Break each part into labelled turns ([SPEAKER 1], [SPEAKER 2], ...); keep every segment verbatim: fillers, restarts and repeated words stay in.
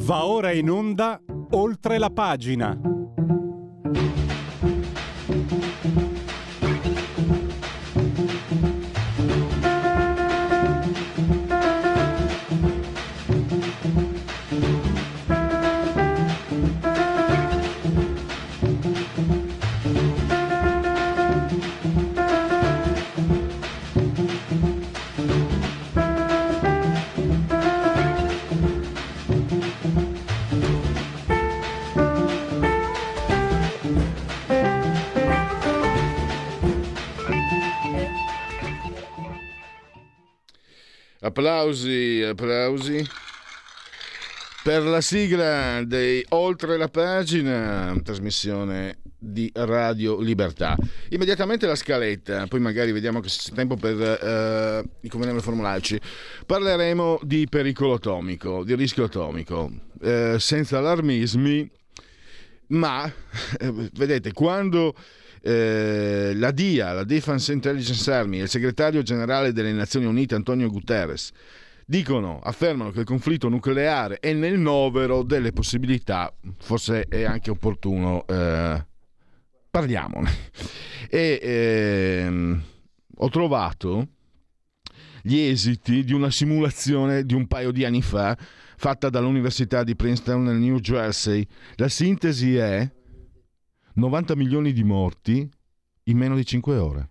[SPEAKER 1] Va ora in onda Oltre la pagina.
[SPEAKER 2] Applausi, applausi per la sigla dei Oltre la pagina, trasmissione di Radio Libertà. Immediatamente la scaletta, poi magari vediamo che c'è tempo per uh, come andiamo a formularci. Parleremo di pericolo atomico, di rischio atomico, uh, senza allarmismi, ma uh, vedete, quando Eh, la D I A, la Defense Intelligence Army, e il segretario generale delle Nazioni Unite Antonio Guterres dicono, affermano che il conflitto nucleare è nel novero delle possibilità, forse è anche opportuno eh, parliamone. E ehm, ho trovato gli esiti di una simulazione di un paio di anni fa fatta dall'Università di Princeton nel New Jersey. La sintesi è novanta milioni di morti in meno di cinque ore.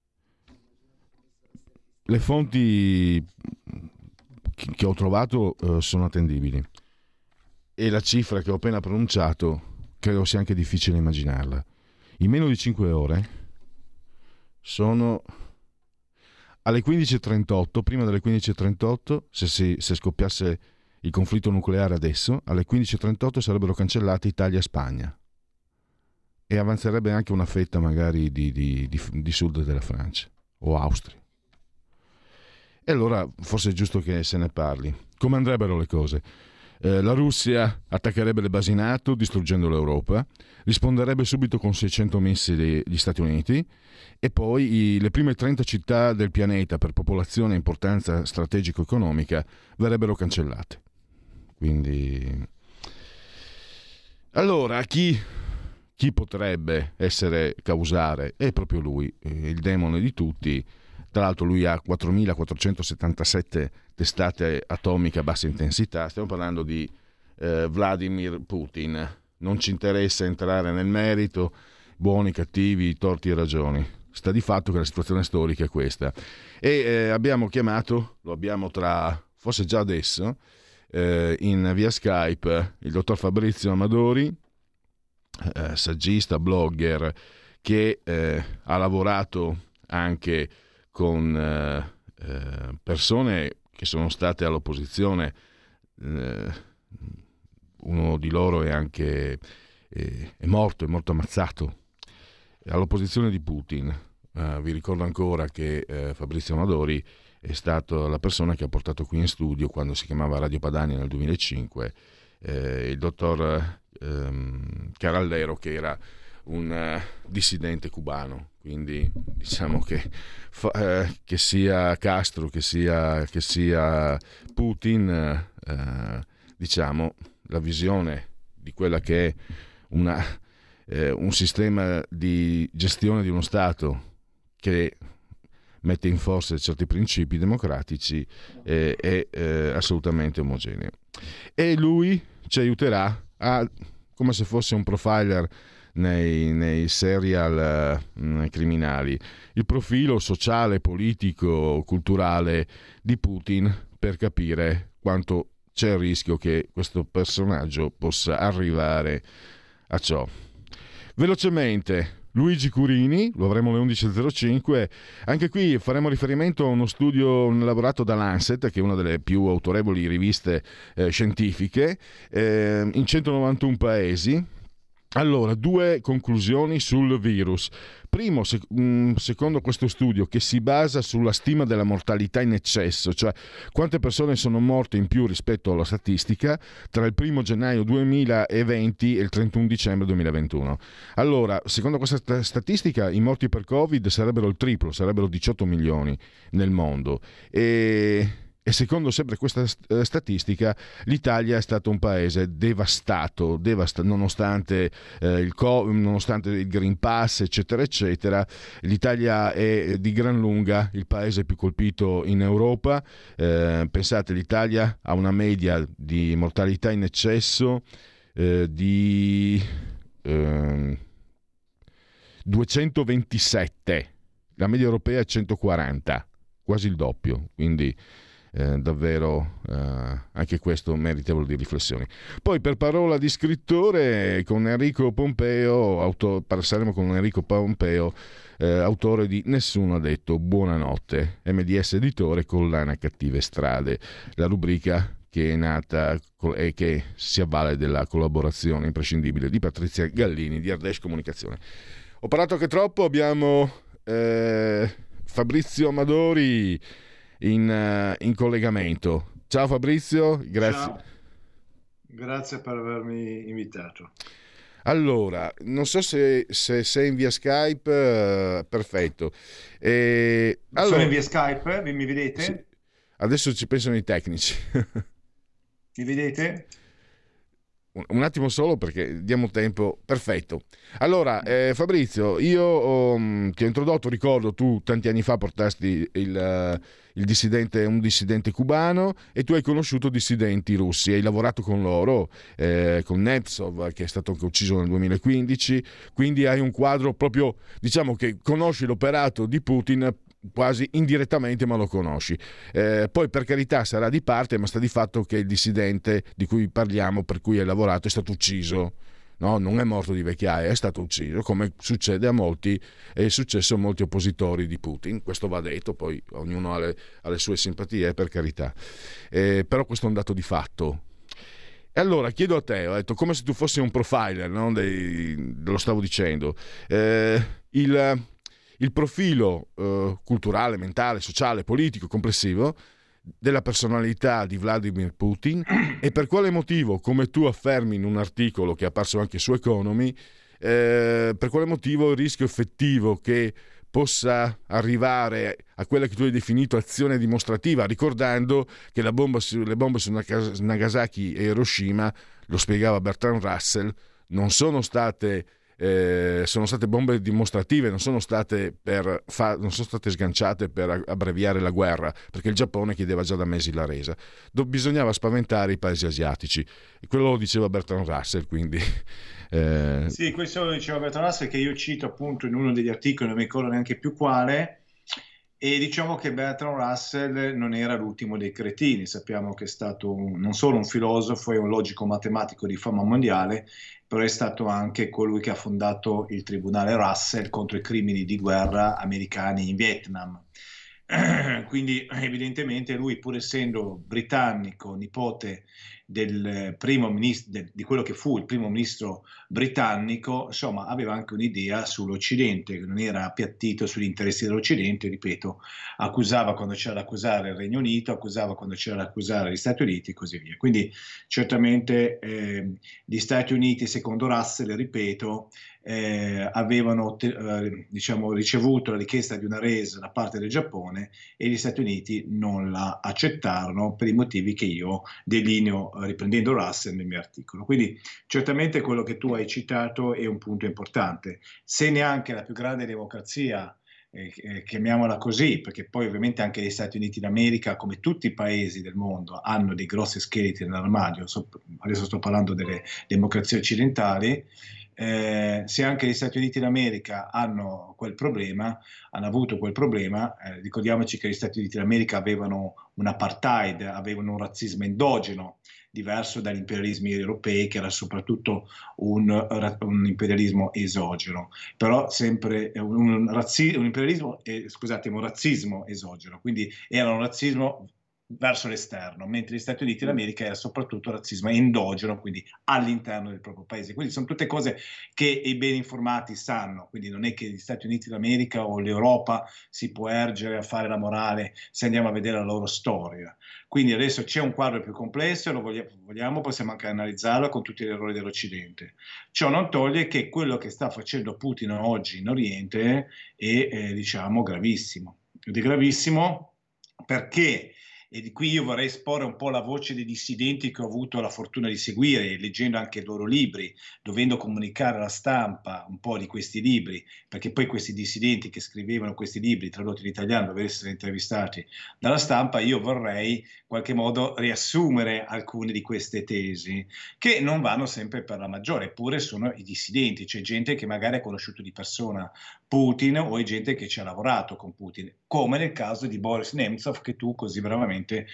[SPEAKER 2] Le fonti che ho trovato uh, sono attendibili e la cifra che ho appena pronunciato credo sia anche difficile immaginarla. In meno di cinque ore sono alle quindici e trentotto, prima delle quindici e trentotto, se, si, se scoppiasse il conflitto nucleare adesso, alle quindici e trentotto sarebbero cancellate Italia e Spagna. E avanzerebbe anche una fetta magari di, di, di, di sud della Francia o Austria. E allora forse è giusto che se ne parli. Come andrebbero le cose? Eh, la Russia attaccherebbe le basi NATO distruggendo l'Europa, risponderebbe subito con seicento missili gli Stati Uniti e poi i, le prime trenta città del pianeta per popolazione e importanza strategico-economica verrebbero cancellate. Quindi allora chi... Chi potrebbe essere causare? È proprio lui, il demone di tutti. Tra l'altro lui ha quattromilaquattrocentosettantasette testate atomiche a bassa intensità. Stiamo parlando di eh, Vladimir Putin. Non ci interessa entrare nel merito, buoni, cattivi, torti e ragioni. Sta di fatto che la situazione storica è questa. E eh, abbiamo chiamato, lo abbiamo tra, forse già adesso, eh, in via Skype, il dottor Fabrizio Amadori, Eh, saggista, blogger, che eh, ha lavorato anche con eh, eh, persone che sono state all'opposizione. Eh, uno di loro è anche eh, è morto, è morto ammazzato all'opposizione di Putin. Eh, vi ricordo ancora che eh, Fabrizio Amadori è stato la persona che ha portato qui in studio, quando si chiamava Radio Padania nel duemilacinque, eh, il dottor ehm, Carallero, che era un uh, dissidente cubano. Quindi diciamo che, fa, eh, che sia Castro, che sia, che sia Putin, eh, diciamo, la visione di quella che è una, eh, un sistema di gestione di uno Stato che mette in forza certi principi democratici eh, è eh, assolutamente omogenea. E lui ci aiuterà a, come se fosse un profiler nei, nei serial uh, criminali, il profilo sociale, politico, culturale di Putin, per capire quanto c'è il rischio che questo personaggio possa arrivare a ciò. Velocemente, Luigi Curini, lo avremo alle undici e zero cinque. Anche qui faremo riferimento a uno studio elaborato da Lancet, che è una delle più autorevoli riviste eh, scientifiche, eh, in centonovantuno paesi. Allora, due conclusioni sul virus. Primo, sec- mh, secondo questo studio, che si basa sulla stima della mortalità in eccesso, cioè quante persone sono morte in più rispetto alla statistica tra il primo gennaio duemilaventi e il trentuno dicembre duemilaventuno. Allora, secondo questa st- statistica, i morti per Covid sarebbero il triplo, sarebbero diciotto milioni nel mondo. E... e secondo sempre questa st- statistica l'Italia è stato un paese devastato, devast- nonostante, eh, il co- nonostante il Green Pass eccetera eccetera. L'Italia è di gran lunga il paese più colpito in Europa. Eh, pensate, l'Italia ha una media di mortalità in eccesso eh, di eh, duecentoventisette, la media europea è centoquaranta, quasi il doppio, quindi eh, davvero eh, anche questo meritevole di riflessioni. Poi per parola di scrittore con Enrico Pompeo, auto, saremo con Enrico Pompeo, eh, autore di Nessuno ha detto buonanotte, M D S editore, collana Cattive Strade, la rubrica che è nata e che si avvale della collaborazione imprescindibile di Patrizia Gallini di Ardèche Comunicazione. Ho parlato anche troppo, abbiamo eh, Fabrizio Amadori in, uh, in collegamento. Ciao Fabrizio, grazie.
[SPEAKER 3] Ciao. Grazie per avermi invitato.
[SPEAKER 2] Allora, non so se, se sei in via Skype, uh, perfetto. E, allora,
[SPEAKER 3] sono in via Skype, mi vedete?
[SPEAKER 2] Sì. Adesso ci pensano i tecnici.
[SPEAKER 3] Mi vedete?
[SPEAKER 2] Un attimo solo perché diamo tempo. Perfetto. Allora eh, Fabrizio, io um, ti ho introdotto, ricordo, tu tanti anni fa portasti il, uh, il dissidente, un dissidente cubano, e tu hai conosciuto dissidenti russi, hai lavorato con loro, eh, con Nemtsov che è stato anche ucciso nel duemilaquindici, quindi hai un quadro proprio, diciamo che conosci l'operato di Putin quasi indirettamente, ma lo conosci. Eh, poi per carità sarà di parte, ma sta di fatto che il dissidente di cui parliamo, per cui hai lavorato, è stato ucciso, no? Non è morto di vecchiaia, è stato ucciso, come succede a molti, è successo a molti oppositori di Putin, questo va detto, poi ognuno ha le, ha le sue simpatie, per carità, eh, però questo è un dato di fatto. E allora chiedo a te, ho detto come se tu fossi un profiler, no? Dei, lo stavo dicendo, eh, il il profilo eh, culturale, mentale, sociale, politico, complessivo della personalità di Vladimir Putin, e per quale motivo, come tu affermi in un articolo che è apparso anche su Economy, eh, per quale motivo il rischio effettivo che possa arrivare a quella che tu hai definito azione dimostrativa, ricordando che la bomba su, le bombe su Nagasaki e Hiroshima, lo spiegava Bertrand Russell, non sono state Eh, sono state bombe dimostrative, non sono state per fa- non sono state sganciate per abbreviare la guerra, perché il Giappone chiedeva già da mesi la resa. Do- bisognava spaventare i paesi asiatici, e quello lo diceva Bertrand Russell, quindi eh...
[SPEAKER 3] sì, questo lo diceva Bertrand Russell, che io cito appunto in uno degli articoli, non mi ricordo neanche più quale. E diciamo che Bertrand Russell non era l'ultimo dei cretini, sappiamo che è stato un, non solo un filosofo e un logico matematico di fama mondiale, però è stato anche colui che ha fondato il tribunale Russell contro i crimini di guerra americani in Vietnam. Quindi evidentemente lui, pur essendo britannico, nipote del primo ministro, de, di quello che fu il primo ministro britannico, insomma aveva anche un'idea sull'Occidente, che non era appiattito sugli interessi dell'Occidente, ripeto, accusava quando c'era da accusare il Regno Unito, accusava quando c'era da accusare gli Stati Uniti e così via. Quindi certamente eh, gli Stati Uniti, secondo Russell, ripeto, eh, avevano eh, diciamo, ricevuto la richiesta di una resa da parte del Giappone, e gli Stati Uniti non la accettarono per i motivi che io delineo eh, riprendendo Russell nel mio articolo. Quindi certamente quello che tu hai citato è un punto importante. Se neanche la più grande democrazia, eh, eh, chiamiamola così, perché poi ovviamente anche gli Stati Uniti d'America, come tutti i paesi del mondo, hanno dei grossi scheletri nell'armadio, so, adesso sto parlando delle democrazie occidentali. Eh, se anche gli Stati Uniti d'America hanno quel problema, hanno avuto quel problema, eh, ricordiamoci che gli Stati Uniti d'America avevano un apartheid, avevano un razzismo endogeno, diverso dagli imperialismi europei, che era soprattutto un, un imperialismo esogeno, però sempre un, un, razzi, un imperialismo, eh, scusate, un razzismo esogeno, quindi era un razzismo verso l'esterno, mentre gli Stati Uniti d'America era soprattutto razzismo endogeno, quindi all'interno del proprio paese. Quindi sono tutte cose che i ben informati sanno, quindi non è che gli Stati Uniti d'America o l'Europa si può ergere a fare la morale se andiamo a vedere la loro storia. Quindi adesso c'è un quadro più complesso, lo vogliamo, possiamo anche analizzarlo con tutti gli errori dell'Occidente. Ciò non toglie che quello che sta facendo Putin oggi in Oriente è, eh, diciamo, gravissimo. Ed è gravissimo perché e di qui io vorrei esporre un po' la voce dei dissidenti che ho avuto la fortuna di seguire, leggendo anche i loro libri, dovendo comunicare alla stampa un po' di questi libri, perché poi questi dissidenti che scrivevano questi libri tradotti in italiano dovevano essere intervistati dalla stampa. Io vorrei in qualche modo riassumere alcune di queste tesi, che non vanno sempre per la maggiore, eppure sono i dissidenti, c'è gente che magari ha conosciuto di persona Putin o è gente che ci ha lavorato con Putin, come nel caso di Boris Nemtsov che tu così bravamente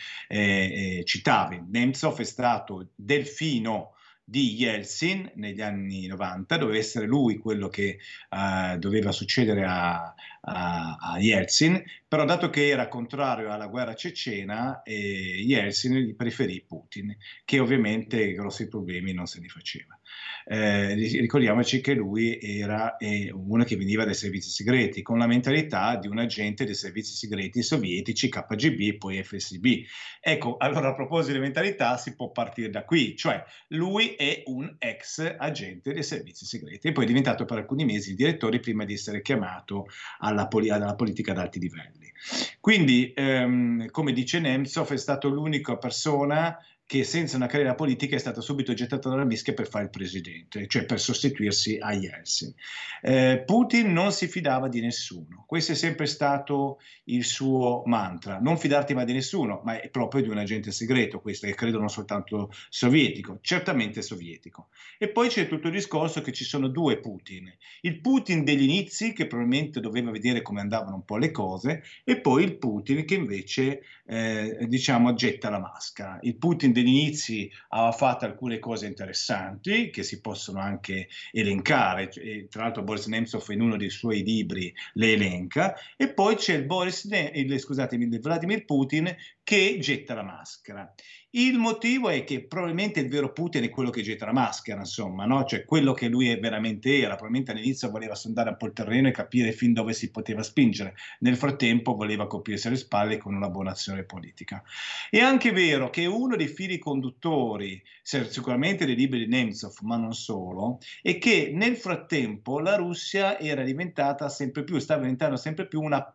[SPEAKER 3] eh, eh, citavi. Nemtsov è stato delfino di Yeltsin negli anni novanta, doveva essere lui quello che uh, doveva succedere a, a, a Yeltsin, però dato che era contrario alla guerra cecena, eh, Yeltsin gli preferì Putin, che ovviamente grossi problemi non se ne faceva. Eh, ricordiamoci che lui era eh, uno che veniva dai servizi segreti, con la mentalità di un agente dei servizi segreti sovietici, K G B e poi F S B. Ecco, allora a proposito di mentalità si può partire da qui, cioè lui è un ex agente dei servizi segreti e poi è diventato per alcuni mesi il direttore prima di essere chiamato alla, poli- alla politica ad alti livelli. Quindi, ehm, come dice Nemtsov, è stato l'unica persona che senza una carriera politica è stato subito gettato dalla mischia per fare il presidente, cioè per sostituirsi a Yeltsin. Eh, Putin non si fidava di nessuno, questo è sempre stato il suo mantra, non fidarti mai di nessuno, ma è proprio di un agente segreto questo, che credo non soltanto sovietico, certamente sovietico. E poi c'è tutto il discorso che ci sono due Putin, il Putin degli inizi che probabilmente doveva vedere come andavano un po' le cose e poi il Putin che invece eh, diciamo getta la maschera. Il Putin degli inizi aveva fatto alcune cose interessanti che si possono anche elencare, e, tra l'altro Boris Nemtsov in uno dei suoi libri le elenca, e poi c'è il Boris ne- il, scusatemi, il Vladimir Putin che getta la maschera. Il motivo è che probabilmente il vero Putin è quello che getta la maschera, insomma, no? Cioè quello che lui veramente era. Probabilmente all'inizio voleva sondare un po' il terreno e capire fin dove si poteva spingere. Nel frattempo voleva coprirsi alle spalle con una buona azione politica. È anche vero che uno dei fili conduttori, sicuramente dei libri di Nemtsov, ma non solo, è che nel frattempo la Russia era diventata sempre più, stava diventando sempre più una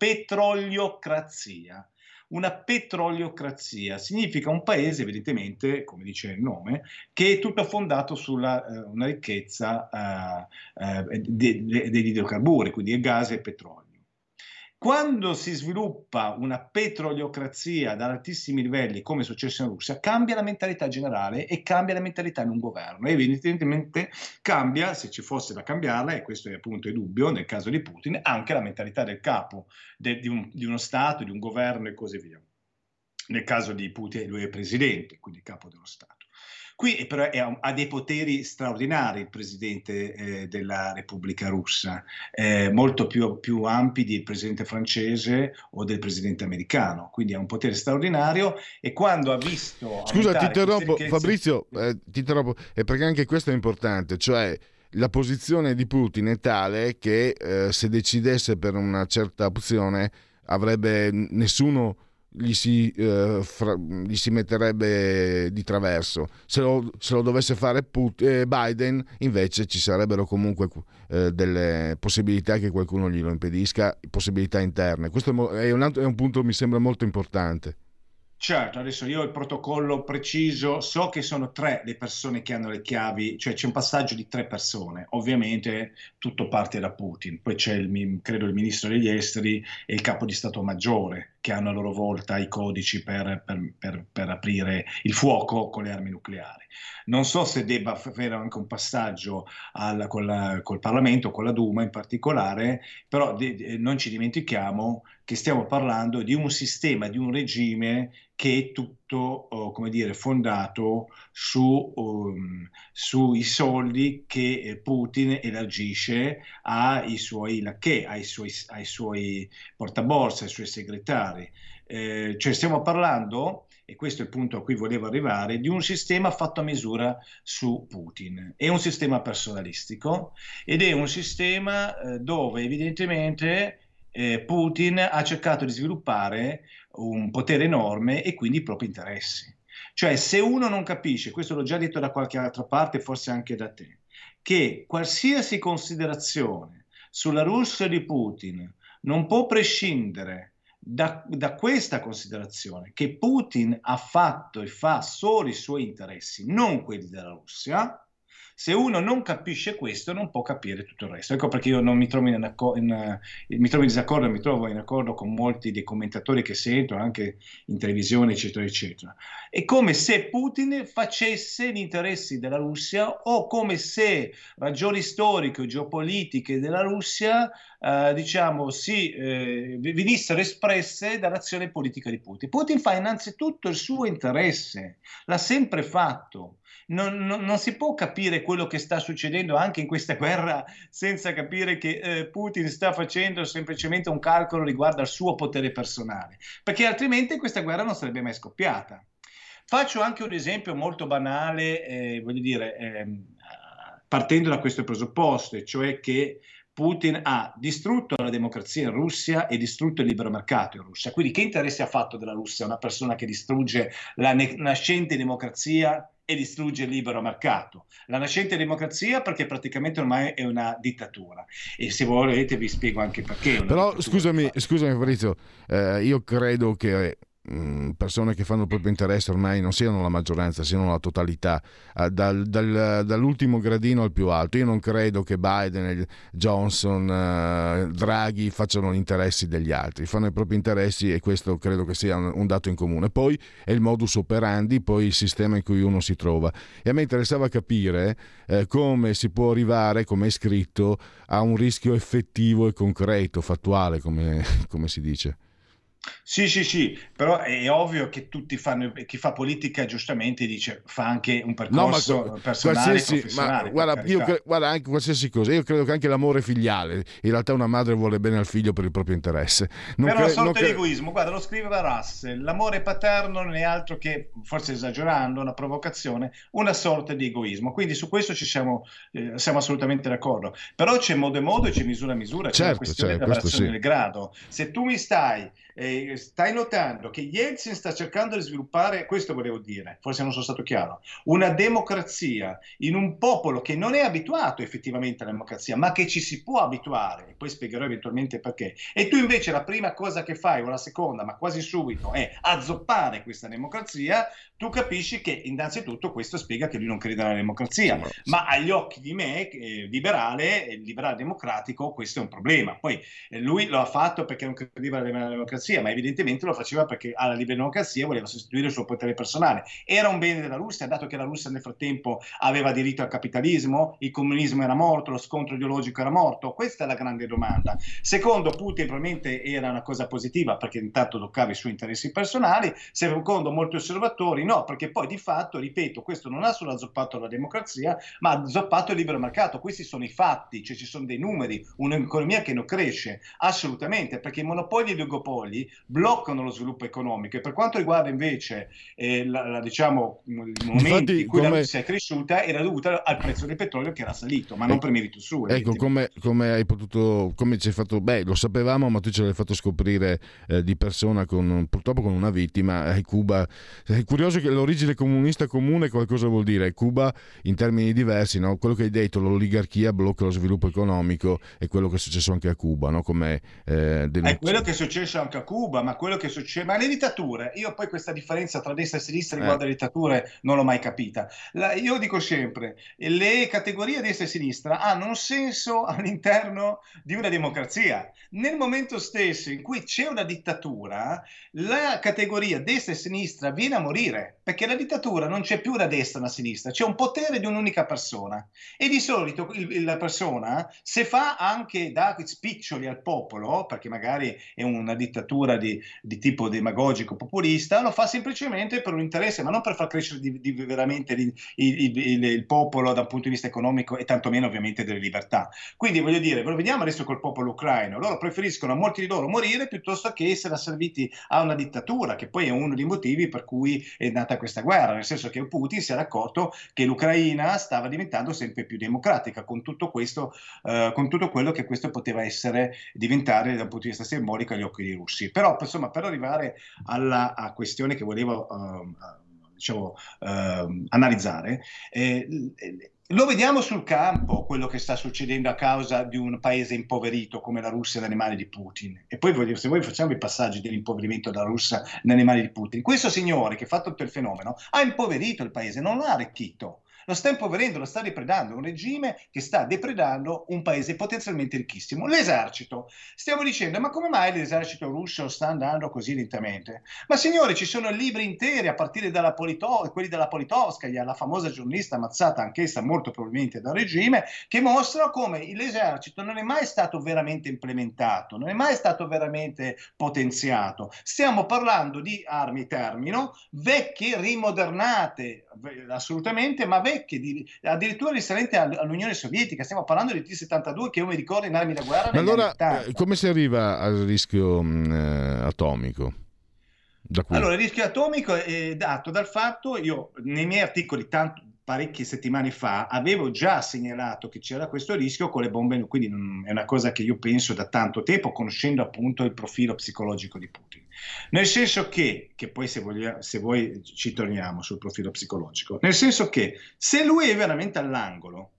[SPEAKER 3] petroliocrazia. Una petroliocrazia significa un paese, evidentemente, come dice il nome, che è tutto fondato sulla eh, una ricchezza eh, eh, de, de, degli idrocarburi, quindi gas e petrolio. Quando si sviluppa una petroliocrazia ad altissimi livelli, come è successo in Russia, cambia la mentalità generale e cambia la mentalità in un governo. E evidentemente cambia, se ci fosse da cambiarla, e questo è appunto il dubbio nel caso di Putin, anche la mentalità del capo de, di, un, di uno Stato, di un governo e così via. Nel caso di Putin lui è presidente, quindi capo dello Stato. Qui però è, ha dei poteri straordinari il presidente eh, della Repubblica Russa, eh, molto più, più ampi del presidente francese o del presidente americano, quindi ha un potere straordinario e quando ha visto...
[SPEAKER 2] Scusa, ti interrompo,
[SPEAKER 3] ricchezze...
[SPEAKER 2] Fabrizio, eh, ti interrompo, è perché anche questo è importante, cioè la posizione di Putin è tale che eh, se decidesse per una certa opzione avrebbe nessuno... Gli si, eh, fra, gli si metterebbe di traverso. Se lo, se lo dovesse fare Put, eh, Biden, invece ci sarebbero comunque eh, delle possibilità che qualcuno glielo impedisca, possibilità interne. Questo è un, altro, è un punto mi sembra molto importante.
[SPEAKER 3] Certo, adesso io ho il protocollo preciso, so che sono tre le persone che hanno le chiavi, cioè c'è un passaggio di tre persone, ovviamente tutto parte da Putin, poi c'è il, credo il ministro degli esteri e il capo di Stato Maggiore che hanno a loro volta i codici per, per, per, per aprire il fuoco con le armi nucleari. Non so se debba fare anche un passaggio al, col, col Parlamento, con la Duma in particolare, però de, de, non ci dimentichiamo che stiamo parlando di un sistema, di un regime che è tutto, oh, come dire, fondato su, um, sui soldi che Putin elargisce ai suoi lacchè, ai suoi, ai suoi portaborse, ai suoi segretari. Eh, cioè stiamo parlando, e questo è il punto a cui volevo arrivare, di un sistema fatto a misura su Putin. È un sistema personalistico ed è un sistema eh, dove evidentemente eh, Putin ha cercato di sviluppare un potere enorme e quindi i propri interessi. Cioè se uno non capisce, questo l'ho già detto da qualche altra parte, forse anche da te, che qualsiasi considerazione sulla Russia di Putin non può prescindere da, da questa considerazione che Putin ha fatto e fa solo i suoi interessi, non quelli della Russia. Se uno non capisce questo, non può capire tutto il resto. Ecco perché io non mi trovo in, in, mi trovo in disaccordo, mi trovo in accordo con molti dei commentatori che sento, anche in televisione, eccetera, eccetera. È come se Putin facesse gli interessi della Russia o come se ragioni storiche o geopolitiche della Russia, eh, diciamo, si eh, venissero espresse dall'azione politica di Putin. Putin fa innanzitutto il suo interesse, l'ha sempre fatto. Non, non, non si può capire quello che sta succedendo anche in questa guerra senza capire che eh, Putin sta facendo semplicemente un calcolo riguardo al suo potere personale, perché altrimenti questa guerra non sarebbe mai scoppiata. Faccio anche un esempio molto banale, eh, voglio dire, eh, partendo da questo presupposto, cioè che Putin ha distrutto la democrazia in Russia e distrutto il libero mercato in Russia. Quindi che interesse ha fatto della Russia una persona che distrugge la nascente democrazia e distrugge il libero mercato? La nascente democrazia perché praticamente ormai è una dittatura, e se volete vi spiego anche perché.
[SPEAKER 2] Però scusami, scusami Fabrizio, eh, io credo che persone che fanno il proprio interesse ormai non siano la maggioranza, siano la totalità, eh, dal, dal, dall'ultimo gradino al più alto. Io non credo che Biden, Johnson, eh, Draghi facciano gli interessi degli altri, fanno i propri interessi, e questo credo che sia un, un dato in comune. Poi è il modus operandi, poi il sistema in cui uno si trova, e a me interessava capire eh, come si può arrivare, come è scritto, a un rischio effettivo e concreto, fattuale, come, come si dice.
[SPEAKER 3] Sì, sì, sì, però è ovvio che tutti fanno, chi fa politica giustamente dice fa anche un percorso
[SPEAKER 2] no, ma,
[SPEAKER 3] personale e professionale.
[SPEAKER 2] Ma guarda, io cre- guarda, anche qualsiasi cosa, io credo che anche l'amore filiale, in realtà una madre vuole bene al figlio per il proprio interesse. Non
[SPEAKER 3] per una
[SPEAKER 2] cre-
[SPEAKER 3] sorta
[SPEAKER 2] cre-
[SPEAKER 3] di egoismo, guarda, lo scriveva Russell, l'amore paterno non è altro che, forse esagerando, una provocazione, una sorta di egoismo. Quindi su questo ci siamo, eh, siamo assolutamente d'accordo. Però c'è modo e modo e c'è misura e misura, c'è
[SPEAKER 2] certo,
[SPEAKER 3] la questione
[SPEAKER 2] certo,
[SPEAKER 3] della variazione
[SPEAKER 2] sì.
[SPEAKER 3] del grado. Se tu mi stai Eh, stai notando che Yeltsin sta cercando di sviluppare, questo volevo dire, forse non sono stato chiaro, una democrazia in un popolo che non è abituato effettivamente alla democrazia, ma che ci si può abituare, e poi spiegherò eventualmente perché. E tu invece la prima cosa che fai, o la seconda, ma quasi subito, è azzoppare questa democrazia. Tu capisci che innanzitutto questo spiega che lui non crede nella democrazia, sì, ma agli occhi di me, eh, liberale, liberale democratico, questo è un problema. Poi eh, lui lo ha fatto perché non credeva nella democrazia, ma evidentemente lo faceva perché alla libera democrazia voleva sostituire il suo potere personale. Era un bene della Russia, dato che la Russia nel frattempo aveva diritto al capitalismo, il comunismo era morto, lo scontro ideologico era morto? Questa è la grande domanda. Secondo Putin probabilmente era una cosa positiva perché intanto toccava i suoi interessi personali, secondo molti osservatori no, perché poi di fatto, ripeto, questo non ha solo azzoppato la democrazia, ma ha azzoppato il libero mercato. Questi sono i fatti, cioè ci sono dei numeri, un'economia che non cresce assolutamente, perché i monopoli e gli oligopoli bloccano lo sviluppo economico. E per quanto riguarda invece eh, la, la, diciamo i momenti Infatti, in cui come... la Russia è cresciuta, era dovuta al prezzo del petrolio che era salito, ma non eh, per merito suo.
[SPEAKER 2] Ecco, come, come hai potuto, come ci hai fatto, beh, lo sapevamo, ma tu ce l'hai fatto scoprire eh, di persona, con, purtroppo con una vittima. Eh, Cuba, è curioso che l'origine comunista comune cosa vuol dire? Cuba in termini diversi, no? Quello che hai detto, l'oligarchia blocca lo sviluppo economico, è quello che è successo anche a Cuba, no? Come, eh, denunci-
[SPEAKER 3] è quello che è successo anche a Cuba, ma quello che succede, ma le dittature, io poi questa differenza tra destra e sinistra riguardo alle dittature non l'ho mai capita. La, io dico sempre, le categorie destra e sinistra hanno un senso all'interno di una democrazia. Nel momento stesso in cui c'è una dittatura, la categoria destra e sinistra viene a morire, perché la dittatura non c'è più una destra e una sinistra, c'è un potere di un'unica persona, e di solito il, la persona, se fa anche da spiccioli al popolo, perché magari è una dittatura di, di tipo demagogico populista, lo fa semplicemente per un interesse, ma non per far crescere di, di veramente il, il, il, il popolo da un punto di vista economico e tantomeno ovviamente delle libertà. Quindi voglio dire, ve lo vediamo adesso col popolo ucraino, loro preferiscono, molti di loro, morire piuttosto che essere asserviti a una dittatura, che poi è uno dei motivi per cui è nata questa guerra, nel senso che Putin si era accorto che l'Ucraina stava diventando sempre più democratica, con tutto questo, eh, con tutto quello che questo poteva essere, diventare dal punto di vista simbolico agli occhi dei russi. Però insomma, per arrivare alla a questione che volevo uh, diciamo, eh, analizzare. Eh, Lo vediamo sul campo, quello che sta succedendo a causa di un paese impoverito come la Russia nelle mani di Putin. E poi voglio, se voi facciamo i passaggi dell'impoverimento della Russia nelle mani di Putin, questo signore che fa tutto il fenomeno ha impoverito il paese, non l'ha arricchito. Lo sta impoverendo, lo sta depredando, un regime che sta depredando un paese potenzialmente ricchissimo. L'esercito, stiamo dicendo, ma come mai l'esercito russo sta andando così lentamente? Ma signori, ci sono libri interi, a partire dalla Polito- quelli della Politovskaya, la famosa giornalista ammazzata anch'essa molto probabilmente dal regime, che mostrano come l'esercito non è mai stato veramente implementato, non è mai stato veramente potenziato. Stiamo parlando di armi termino, vecchie, rimodernate, assolutamente, ma vecchie, di, addirittura risalente all'Unione Sovietica. Stiamo parlando di T settantadue che io mi ricordo in armi da guerra negli
[SPEAKER 2] allora,
[SPEAKER 3] anni ottanta.
[SPEAKER 2] Come si arriva al rischio mh, atomico? Da qui.
[SPEAKER 3] Allora, il rischio atomico è dato dal fatto, io nei miei articoli tanto parecchie settimane fa avevo già segnalato che c'era questo rischio con le bombe, quindi è una cosa che io penso da tanto tempo, conoscendo appunto il profilo psicologico di Putin. Nel senso che, che poi se, voglia, se voi ci torniamo sul profilo psicologico, nel senso che se lui è veramente all'angolo,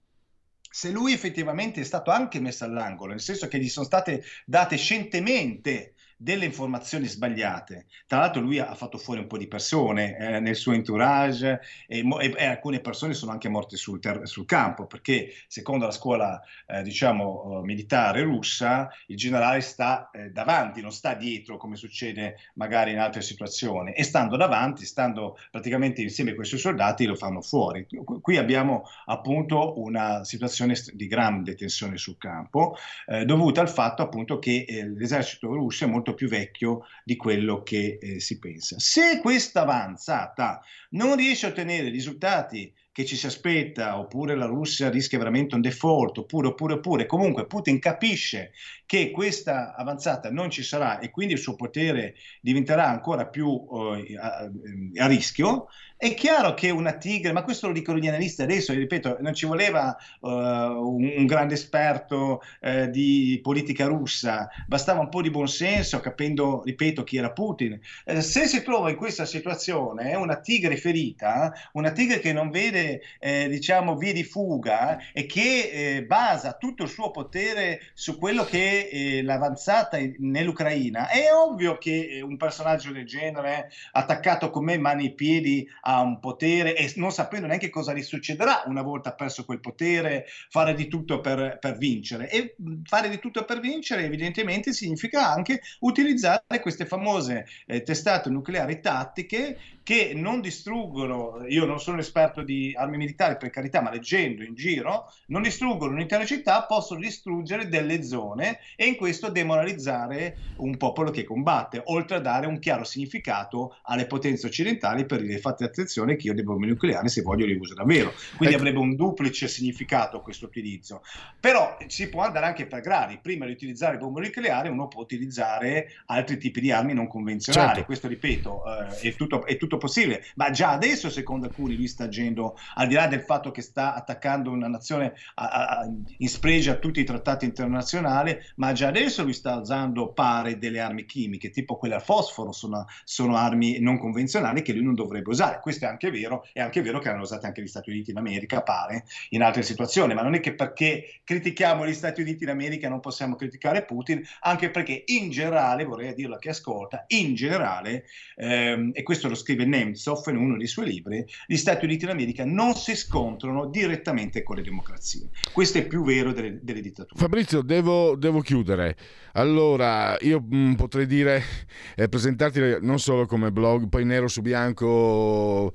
[SPEAKER 3] se lui effettivamente è stato anche messo all'angolo, nel senso che gli sono state date scientemente delle informazioni sbagliate. Tra l'altro lui ha fatto fuori un po' di persone eh, nel suo entourage e, e, e alcune persone sono anche morte sul, ter- sul campo, perché secondo la scuola eh, diciamo militare russa il generale sta eh, davanti, non sta dietro come succede magari in altre situazioni, e stando davanti, stando praticamente insieme a questi soldati lo fanno fuori. Qui abbiamo appunto una situazione di grande tensione sul campo eh, dovuta al fatto appunto che eh, l'esercito russo è molto più vecchio di quello che eh, si pensa. Se questa avanzata non riesce a ottenere i risultati che ci si aspetta, oppure la Russia rischia veramente un default, oppure, oppure, oppure, comunque Putin capisce che questa avanzata non ci sarà e quindi il suo potere diventerà ancora più eh, a, a rischio, è chiaro che una tigre, ma questo lo dicono gli analisti adesso, ripeto, non ci voleva uh, un, un grande esperto uh, di politica russa, bastava un po' di buonsenso, capendo, ripeto, chi era Putin. Uh, se si trova in questa situazione, una tigre ferita, una tigre che non vede, eh, diciamo, vie di fuga e che eh, basa tutto il suo potere su quello che è eh, l'avanzata nell'Ucraina, è ovvio che un personaggio del genere, attaccato con me mani e piedi a un potere e non sapendo neanche cosa gli succederà una volta perso quel potere, fare di tutto per, per vincere. E fare di tutto per vincere evidentemente significa anche utilizzare queste famose eh, testate nucleari tattiche che non distruggono, io non sono esperto di armi militari per carità, ma leggendo in giro, non distruggono un'intera città, possono distruggere delle zone e in questo demoralizzare un popolo che combatte, oltre a dare un chiaro significato alle potenze occidentali per dire fate attenzione che io delle bombe nucleari se voglio le uso davvero. Quindi ecco, avrebbe un duplice significato questo utilizzo. Però si può andare anche per gradi, prima di utilizzare bombe nucleari uno può utilizzare altri tipi di armi non convenzionali, certo. Questo ripeto eh, è, tutto, è tutto possibile, ma già adesso secondo alcuni lui sta agendo, al di là del fatto che sta attaccando una nazione a, a, in spregio a tutti i trattati internazionali, ma già adesso lui sta usando pare delle armi chimiche, tipo quelle a fosforo, sono, sono armi non convenzionali che lui non dovrebbe usare. Questo è anche vero, è anche vero che hanno usato anche gli Stati Uniti in America, pare, in altre situazioni, ma non è che perché critichiamo gli Stati Uniti in America non possiamo criticare Putin, anche perché in generale, vorrei dirlo a chi ascolta, in generale, ehm, e questo lo scrive Nemtsov in uno dei suoi libri, gli Stati Uniti d'America non si scontrano direttamente con le democrazie. Questo è più vero delle, delle dittature.
[SPEAKER 2] Fabrizio, devo, devo chiudere. Allora, io mh, potrei dire, eh, presentarti non solo come blog, poi nero su bianco,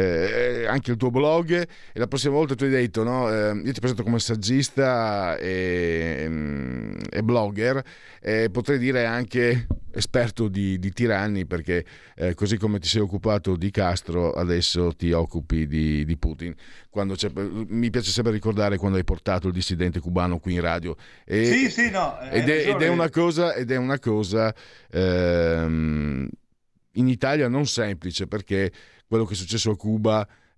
[SPEAKER 2] eh, anche il tuo blog, e la prossima volta tu hai detto, no, eh, io ti presento come saggista e, mh, e blogger, e potrei dire anche esperto di, di tiranni, perché eh, così come ti sei occupato di Castro adesso ti occupi di, di Putin. Quando c'è, mi piace sempre ricordare quando hai portato il dissidente cubano qui in radio e,
[SPEAKER 3] sì, sì, no,
[SPEAKER 2] ed, è, ed è una cosa ed è una cosa ehm, in Italia non semplice, perché quello che è successo a Cuba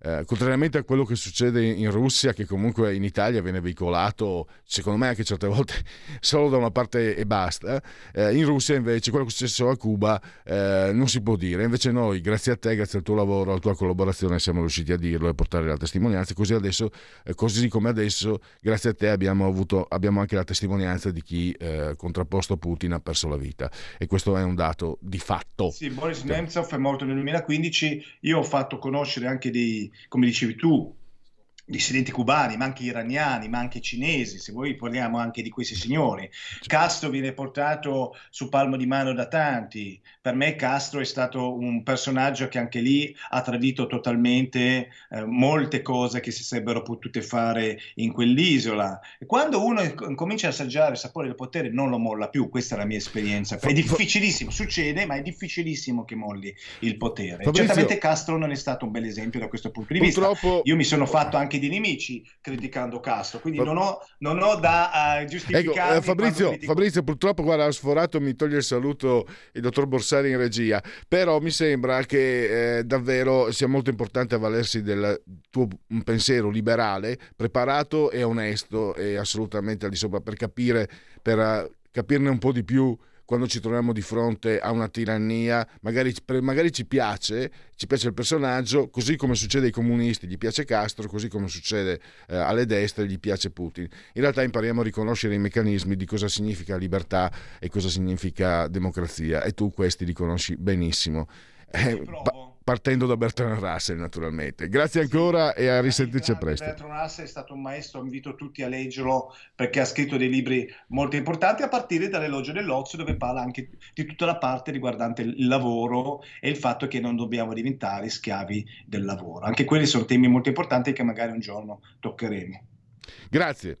[SPEAKER 2] Eh, contrariamente a quello che succede in Russia, che comunque in Italia viene veicolato, secondo me anche certe volte solo da una parte e basta, eh, in Russia invece quello che è successo a Cuba eh, non si può dire. Invece noi, grazie a te, grazie al tuo lavoro, alla tua collaborazione, siamo riusciti a dirlo e portare la testimonianza. Così adesso, eh, così come adesso, grazie a te abbiamo avuto abbiamo anche la testimonianza di chi eh, contrapposto a Putin ha perso la vita, e questo è un dato di fatto.
[SPEAKER 3] Sì, Boris Nemtsov è morto nel duemilaquindici. Io ho fatto conoscere anche dei, come dicevi tu, dissidenti cubani, ma anche iraniani, ma anche cinesi, se voi parliamo anche di questi signori. Castro viene portato su palmo di mano da tanti. Per me Castro è stato un personaggio che anche lì ha tradito totalmente eh, molte cose che si sarebbero potute fare in quell'isola. E quando uno comincia a assaggiare il sapore del potere non lo molla più, questa è la mia esperienza. È difficilissimo, succede, ma è difficilissimo che molli il potere.
[SPEAKER 2] Fabrizio,
[SPEAKER 3] certamente Castro non è stato un bel esempio da questo punto di vista. Io mi sono fatto anche di nemici criticando Castro, quindi non ho, non ho da uh, giustificare.
[SPEAKER 2] Ecco, eh, Fabrizio, critico... Fabrizio, purtroppo guarda, ha sforato, mi toglie il saluto il dottor Borsari in regia, però mi sembra che eh, davvero sia molto importante avvalersi del tuo un pensiero liberale, preparato e onesto e assolutamente al di sopra, per capire, per uh, capirne un po' di più quando ci troviamo di fronte a una tirannia. Magari, magari ci piace, ci piace il personaggio, così come succede ai comunisti, gli piace Castro, così come succede eh, alle destre, gli piace Putin. In realtà impariamo a riconoscere i meccanismi di cosa significa libertà e cosa significa democrazia, e tu questi li conosci benissimo. Eh, pa- partendo da Bertrand Russell, naturalmente. Grazie ancora sì, e a risentirci presto.
[SPEAKER 3] Bertrand Russell è stato un maestro, invito tutti a leggerlo perché ha scritto dei libri molto importanti, a partire dall'Elogio dell'Ozio, dove parla anche di tutta la parte riguardante il lavoro e il fatto che non dobbiamo diventare schiavi del lavoro. Anche quelli sono temi molto importanti che magari un giorno toccheremo.
[SPEAKER 2] Grazie.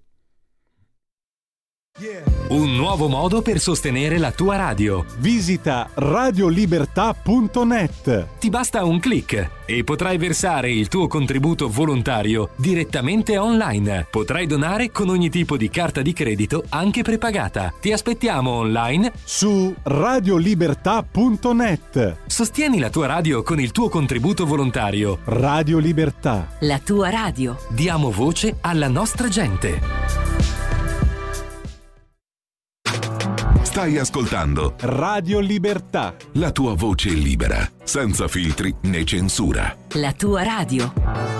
[SPEAKER 4] Un nuovo modo per sostenere la tua radio.
[SPEAKER 1] Visita radiolibertà punto net.
[SPEAKER 4] Ti basta un click e potrai versare il tuo contributo volontario direttamente online. Potrai donare con ogni tipo di carta di credito, anche prepagata. Ti aspettiamo online
[SPEAKER 1] su radiolibertà punto net.
[SPEAKER 4] Sostieni la tua radio con il tuo contributo volontario.
[SPEAKER 1] Radio Libertà.
[SPEAKER 5] La tua radio.
[SPEAKER 4] Diamo voce alla nostra gente.
[SPEAKER 6] Stai ascoltando
[SPEAKER 1] Radio Libertà,
[SPEAKER 6] la tua voce libera, senza filtri né censura.
[SPEAKER 5] La tua radio.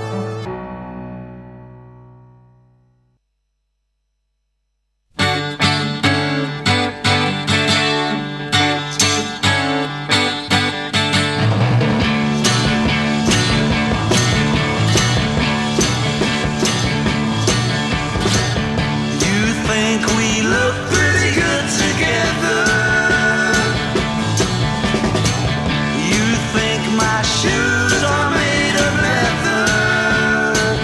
[SPEAKER 7] Shoes are made of leather.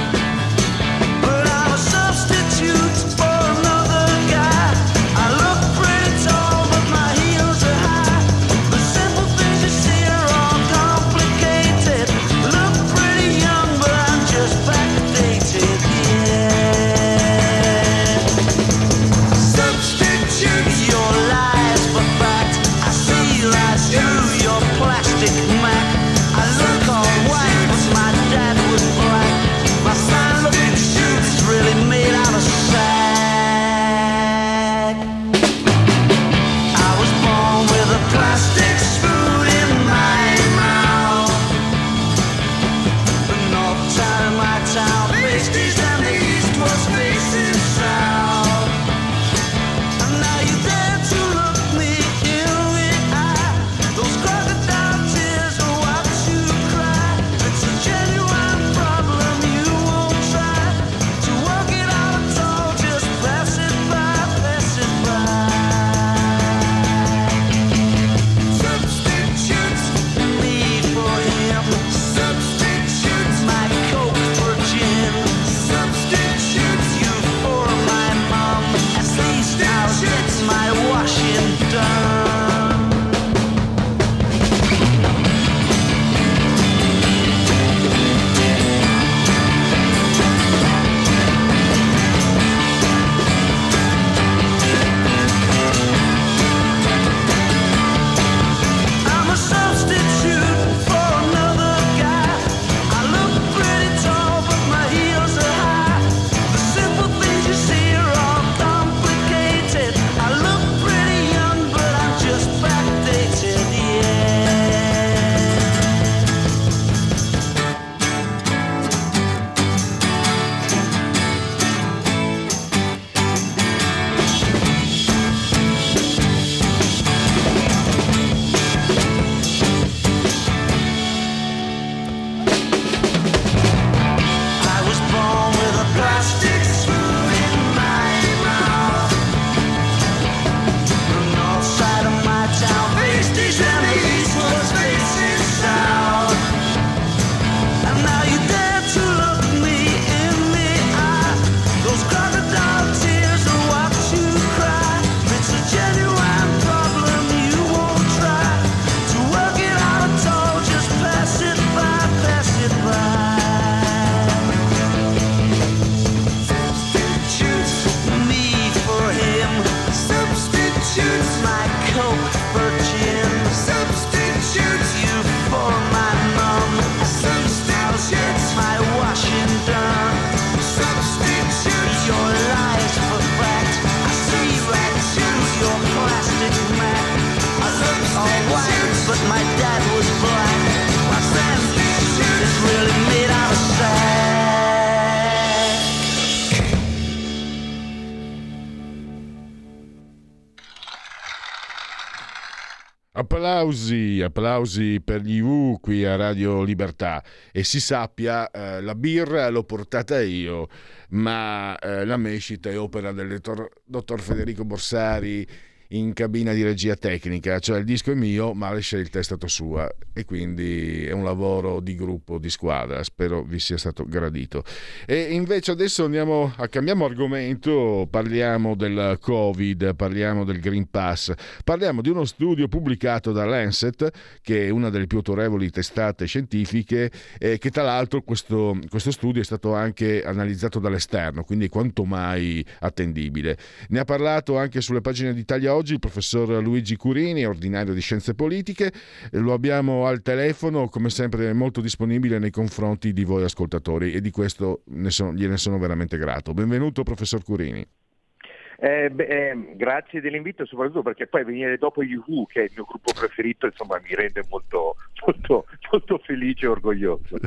[SPEAKER 2] Applausi, applausi per gli U qui a Radio Libertà. E si sappia, eh, la birra l'ho portata io, ma eh, la mescita è opera del dottor, dottor Federico Borsari in cabina di regia tecnica, cioè il disco è mio ma la scelta è stata sua e quindi è un lavoro di gruppo, di squadra, spero vi sia stato gradito. E invece adesso andiamo a cambiamo argomento, parliamo del Covid, parliamo del Green Pass, parliamo di uno studio pubblicato da Lancet, che è una delle più autorevoli testate scientifiche, e che tra l'altro questo, questo studio è stato anche analizzato dall'esterno, quindi quanto mai attendibile. Ne ha parlato anche sulle pagine di Italia Oggi il professor Luigi Curini, ordinario di Scienze Politiche. Lo abbiamo al telefono, come sempre molto disponibile nei confronti di voi ascoltatori, e di questo ne sono, gliene sono veramente grato. Benvenuto professor Curini.
[SPEAKER 8] Eh, beh, eh, grazie dell'invito, soprattutto perché poi venire dopo gli U, che è il mio gruppo preferito, insomma mi rende molto, molto, molto felice e orgoglioso.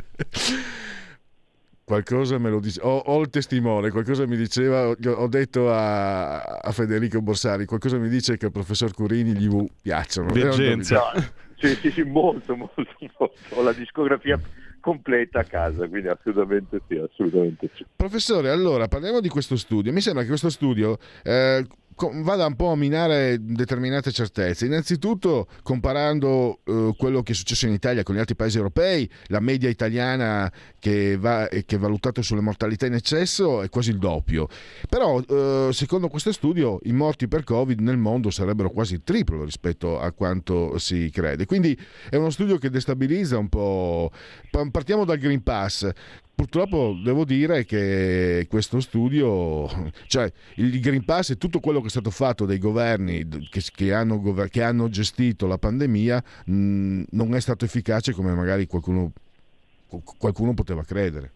[SPEAKER 2] Qualcosa me lo dice, ho, ho il testimone, qualcosa mi diceva, ho detto a, a Federico Borsari, qualcosa mi dice che al professor Curini gli U piacciono.
[SPEAKER 1] Virgenza.
[SPEAKER 8] Sì, sì, sì, molto, molto, molto. Ho la discografia completa a casa, quindi assolutamente sì, assolutamente sì.
[SPEAKER 2] Professore, allora parliamo di questo studio. Mi sembra che questo studio eh, vada un po' a minare determinate certezze. Innanzitutto, comparando eh, quello che è successo in Italia con gli altri paesi europei, la media italiana che, va, che è valutata sulle mortalità in eccesso è quasi il doppio. Però, eh, secondo questo studio, i morti per Covid nel mondo sarebbero quasi il triplo rispetto a quanto si crede. Quindi è uno studio che destabilizza un po'. Partiamo dal Green Pass. Purtroppo devo dire che questo studio, cioè il Green Pass e tutto quello che è stato fatto dai governi che, che, hanno, che hanno gestito la pandemia mh, non è stato efficace come magari qualcuno, qualcuno poteva credere.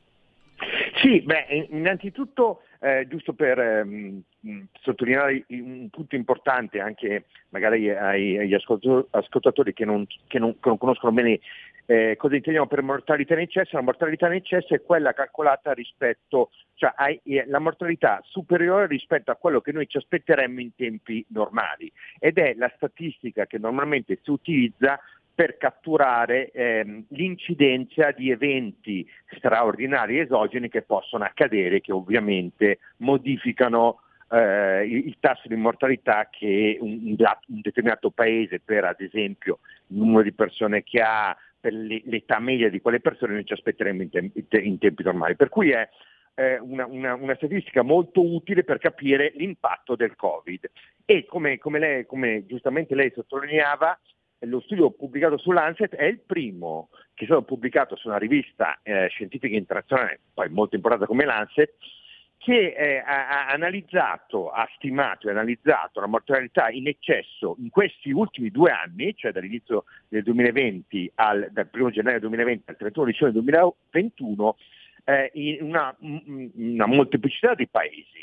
[SPEAKER 8] Sì, beh, innanzitutto eh, giusto per ehm, sottolineare un punto importante anche magari ai, agli ascoltatori che non, che non, che non conoscono bene Eh, cosa intendiamo per mortalità in eccesso? La mortalità in eccesso è quella calcolata rispetto, cioè hai, la mortalità superiore rispetto a quello che noi ci aspetteremmo in tempi normali, ed è la statistica che normalmente si utilizza per catturare ehm, l'incidenza di eventi straordinari esogeni che possono accadere, che ovviamente modificano eh, il, il tasso di mortalità che un, un determinato paese, per ad esempio il numero di persone che ha, per l'età media di quelle persone, noi ci aspetteremo in, te- in tempi normali. Per cui è eh, una, una, una statistica molto utile per capire l'impatto del Covid. E come, come, lei, come giustamente lei sottolineava, lo studio pubblicato su Lancet è il primo che è stato pubblicato su una rivista eh, scientifica internazionale, poi molto importante come Lancet, che eh, ha analizzato, ha stimato e analizzato la mortalità in eccesso in questi ultimi due anni, cioè dall'inizio del duemilaventi al dal primo gennaio duemilaventi al trentuno dicembre duemilaventuno, eh, in una, una molteplicità di paesi.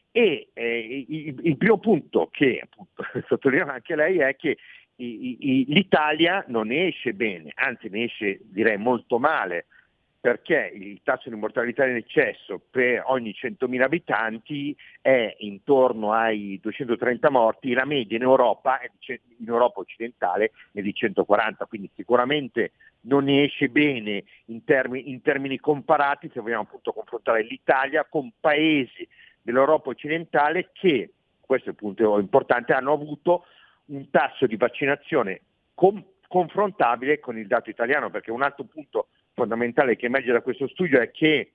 [SPEAKER 8] E eh, il, il primo punto che appunto sottolineava anche lei è che i, i, l'Italia non ne esce bene, anzi ne esce direi molto male, perché il tasso di mortalità in eccesso per ogni centomila abitanti è intorno ai duecentotrenta morti, la media in Europa, in Europa occidentale è di centoquaranta, quindi sicuramente non ne esce bene in termini, in termini comparati, se vogliamo appunto confrontare l'Italia con paesi dell'Europa occidentale che, questo è il punto importante, hanno avuto un tasso di vaccinazione com- confrontabile con il dato italiano, perché un altro punto fondamentale che emerge da questo studio è che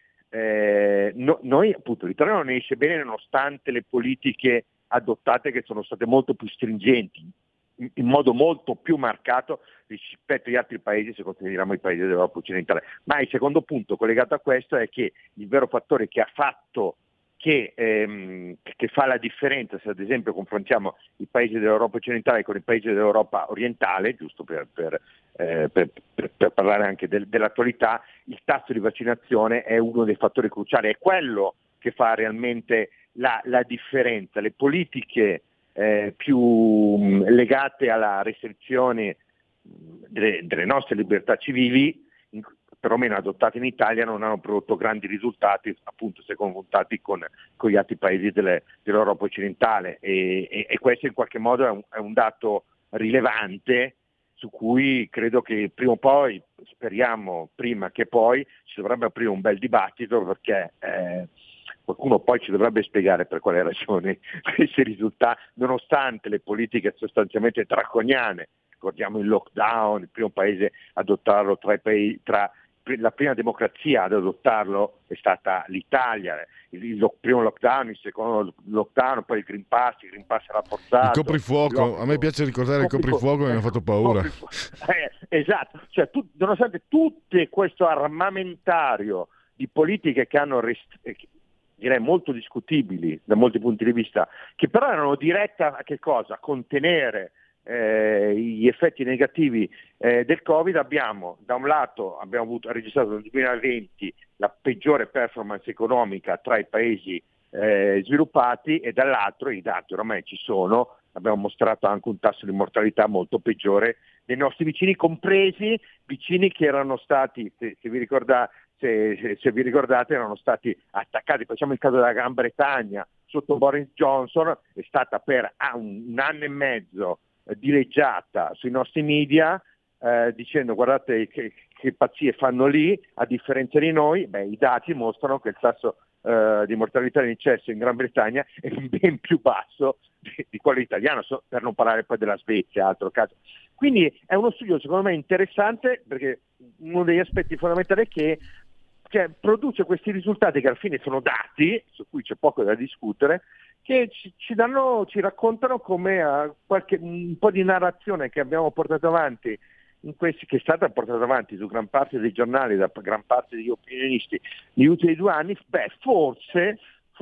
[SPEAKER 8] eh, no, noi appunto l'Italia non ne esce bene nonostante le politiche adottate che sono state molto più stringenti, in, in modo molto più marcato rispetto agli altri paesi, se consideriamo i paesi dell'Europa occidentale. Ma il secondo punto collegato a questo è che il vero fattore che ha fatto Che, ehm, che fa la differenza, se ad esempio confrontiamo i paesi dell'Europa occidentale con i paesi dell'Europa orientale, giusto per, per, eh, per, per, per parlare anche del, dell'attualità, il tasso di vaccinazione è uno dei fattori cruciali, è quello che fa realmente la, la differenza. Le politiche eh, più mh, legate alla restrizione delle, delle nostre libertà civili, in, perlomeno adottate in Italia, non hanno prodotto grandi risultati, appunto se confrontati con, con gli altri paesi delle, dell'Europa occidentale, e, e, e questo in qualche modo è un, è un dato rilevante su cui credo che prima o poi, speriamo prima che poi, ci dovrebbe aprire un bel dibattito, perché eh, qualcuno poi ci dovrebbe spiegare per quale ragione questi risultati, nonostante le politiche sostanzialmente draconiane. Ricordiamo il lockdown, il primo paese ad adottarlo tra i paesi, tra la prima democrazia ad adottarlo è stata l'Italia, il, il primo lockdown, il secondo lockdown, poi il Green Pass, il Green Pass rafforzato.
[SPEAKER 2] Il coprifuoco, a me piace ricordare il coprifuoco che mi ha fatto paura.
[SPEAKER 8] Eh, esatto, cioè, tu, nonostante tutto questo armamentario di politiche che hanno rest- direi molto discutibili da molti punti di vista, che però erano dirette a che cosa? A contenere Eh, gli effetti negativi eh, del Covid, abbiamo da un lato abbiamo avuto, registrato nel duemilaventi la peggiore performance economica tra i paesi eh, sviluppati, e dall'altro i dati oramai ci sono, abbiamo mostrato anche un tasso di mortalità molto peggiore dei nostri vicini, compresi vicini che erano stati, se, se vi ricordate, se, se, se vi ricordate erano stati attaccati. Facciamo il caso della Gran Bretagna sotto Boris Johnson, è stata per ah, un, un anno e mezzo dileggiata sui nostri media eh, dicendo guardate che, che pazzie fanno lì, a differenza di noi. Beh, i dati mostrano che il tasso eh, di mortalità in eccesso in Gran Bretagna è ben più basso di, di quello italiano, so, per non parlare poi della Svezia, altro caso. Quindi è uno studio secondo me interessante, perché uno degli aspetti fondamentali è che cioè, produce questi risultati che alla fine sono dati, su cui c'è poco da discutere, che ci, ci danno, ci raccontano come uh, qualche, un po' di narrazione che abbiamo portato avanti, in questi, che è stata portata avanti su gran parte dei giornali, da gran parte degli opinionisti negli ultimi due anni, beh, forse,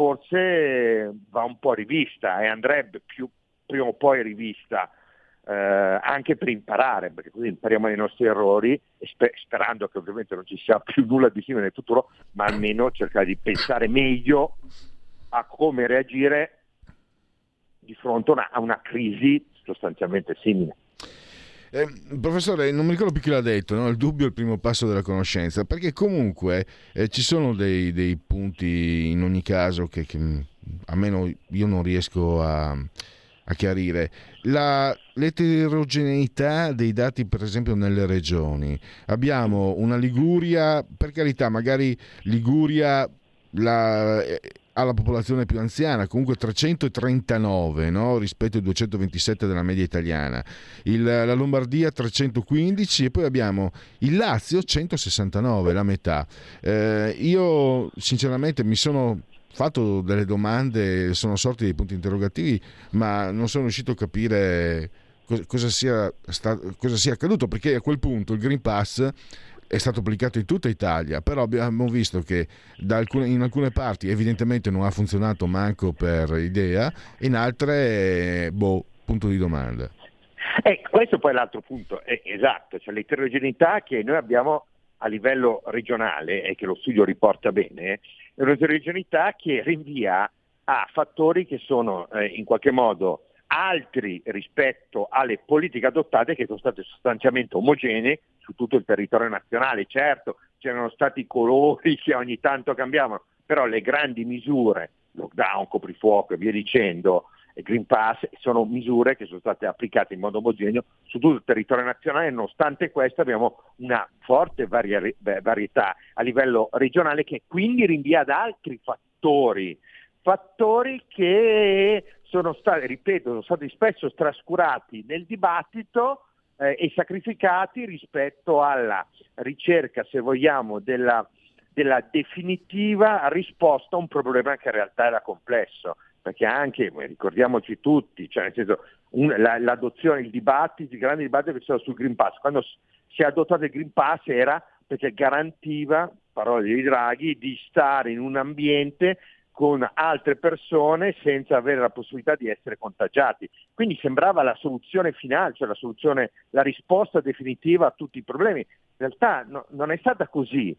[SPEAKER 8] forse va un po' rivista, e andrebbe più, prima o poi rivista, eh, anche per imparare, perché così impariamo dai nostri errori, e sper- sperando che ovviamente non ci sia più nulla di simile nel futuro, ma almeno cercare di pensare meglio a come reagire di fronte a una, a una crisi sostanzialmente simile.
[SPEAKER 2] Eh, professore, non mi ricordo più chi l'ha detto, no? Il dubbio è il primo passo della conoscenza, perché comunque eh, ci sono dei, dei punti in ogni caso che, che almeno io non riesco a, a chiarire. La, l'eterogeneità dei dati, per esempio nelle regioni. Abbiamo una Liguria, per carità, magari Liguria la... Eh, ha la popolazione più anziana, comunque trecentotrentanove, no? Rispetto ai duecentoventisette della media italiana, il, la Lombardia trecentoquindici, e poi abbiamo il Lazio centosessantanove, la metà. Eh, io sinceramente mi sono fatto delle domande, sono sorti dei punti interrogativi, ma non sono riuscito a capire cosa, cosa, sia, sta, cosa sia accaduto, perché a quel punto il Green Pass è stato applicato in tutta Italia, però abbiamo visto che da alcune, in alcune parti evidentemente non ha funzionato manco per idea, in altre, boh, punto di domanda.
[SPEAKER 8] Eh, questo poi è l'altro punto, eh, esatto, cioè l'eterogeneità che noi abbiamo a livello regionale, e che lo studio riporta bene, è un'eterogeneità che rinvia a fattori che sono eh, in qualche modo altri rispetto alle politiche adottate, che sono state sostanzialmente omogenee su tutto il territorio nazionale. Certo, c'erano stati colori che ogni tanto cambiavano, però le grandi misure, lockdown, coprifuoco e via dicendo, e Green Pass, sono misure che sono state applicate in modo omogeneo su tutto il territorio nazionale. Nonostante questo abbiamo una forte vari- varietà a livello regionale, che quindi rinvia ad altri fattori, fattori che sono stati, ripeto, sono stati spesso trascurati nel dibattito eh, e sacrificati rispetto alla ricerca, se vogliamo, della, della definitiva risposta a un problema che in realtà era complesso, perché anche, ricordiamoci tutti, cioè nel senso, un, la, l'adozione, il dibattito, il grande dibattito che c'era sul Green Pass, quando si è adottato il Green Pass era perché garantiva, parole di Draghi, di stare in un ambiente con altre persone senza avere la possibilità di essere contagiati. Quindi sembrava la soluzione finale, cioè la soluzione, la risposta definitiva a tutti i problemi. In realtà no, non è stata così.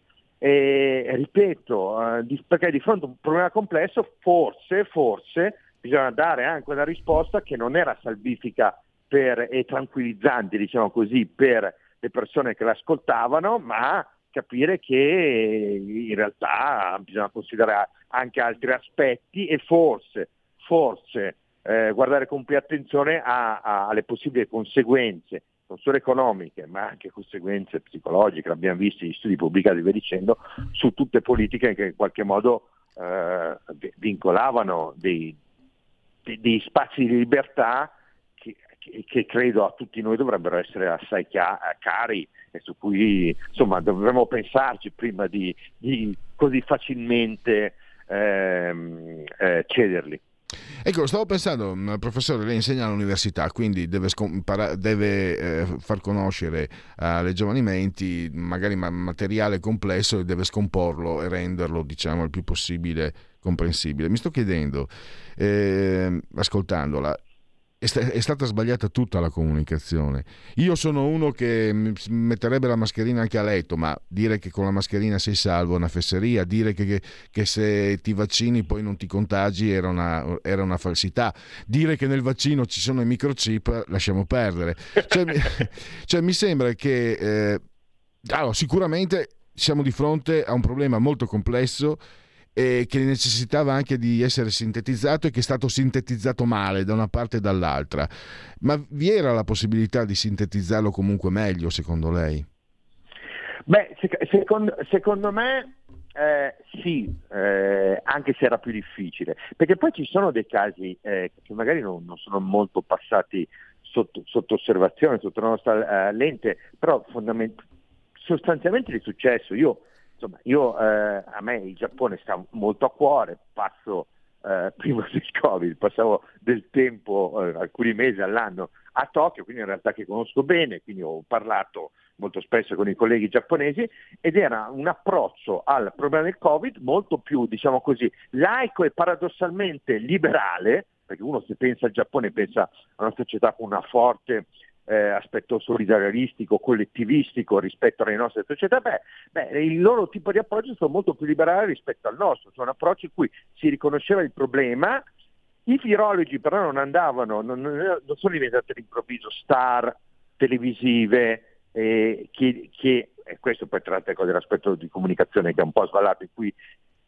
[SPEAKER 8] E ripeto, eh, di, perché di fronte a un problema complesso, forse, forse bisogna dare anche una risposta che non era salvifica per, e tranquillizzante, diciamo così, per le persone che l'ascoltavano, ma capire che in realtà bisogna considerare anche altri aspetti, e forse, forse eh, guardare con più attenzione a, a, alle possibili conseguenze, non solo economiche, ma anche conseguenze psicologiche, l'abbiamo visto, gli studi pubblicati, via dicendo, su tutte politiche che in qualche modo eh, vincolavano dei, dei, dei spazi di libertà che, che, che credo a tutti noi dovrebbero essere assai chia- cari e su cui insomma dovremmo pensarci prima di, di così facilmente ehm, eh, cederli.
[SPEAKER 2] Ecco, stavo pensando, professore, lei insegna all'università, quindi deve, scompara- deve eh, far conoscere alle giovani menti magari ma- materiale complesso e deve scomporlo e renderlo, diciamo, il più possibile comprensibile. Mi sto chiedendo, eh, ascoltandola, è, st- è stata sbagliata tutta la comunicazione. Io sono uno che metterebbe la mascherina anche a letto, ma dire che con la mascherina sei salvo è una fesseria, dire che, che, che se ti vaccini poi non ti contagi era una, era una falsità, dire che nel vaccino ci sono i microchip lasciamo perdere. Cioè, cioè mi sembra che eh, allora, sicuramente siamo di fronte a un problema molto complesso e che necessitava anche di essere sintetizzato e che è stato sintetizzato male da una parte e dall'altra. Ma vi era la possibilità di sintetizzarlo comunque meglio, secondo lei?
[SPEAKER 8] Beh, sec- secondo, secondo me eh, sì, eh, anche se era più difficile, perché poi ci sono dei casi eh, che magari non, non sono molto passati sotto, sotto osservazione, sotto la nostra eh, lente, però fondament- sostanzialmente è successo. Io Insomma, io eh, a me il Giappone sta molto a cuore, passo eh, prima del Covid, passavo del tempo, eh, alcuni mesi all'anno a Tokyo, quindi in realtà che conosco bene, quindi ho parlato molto spesso con i colleghi giapponesi ed era un approccio al problema del Covid molto più, diciamo così, laico e paradossalmente liberale, perché uno se pensa al Giappone pensa a una società con una forte Eh, aspetto solidaristico, collettivistico rispetto alle nostre società, beh, beh, il loro tipo di approccio è stato molto più liberale rispetto al nostro, cioè un approccio in cui si riconosceva il problema, i virologi però non andavano, non, non sono diventati all'improvviso star televisive, eh, che, che e questo poi tratta dell'aspetto di comunicazione che è un po' sballato, in cui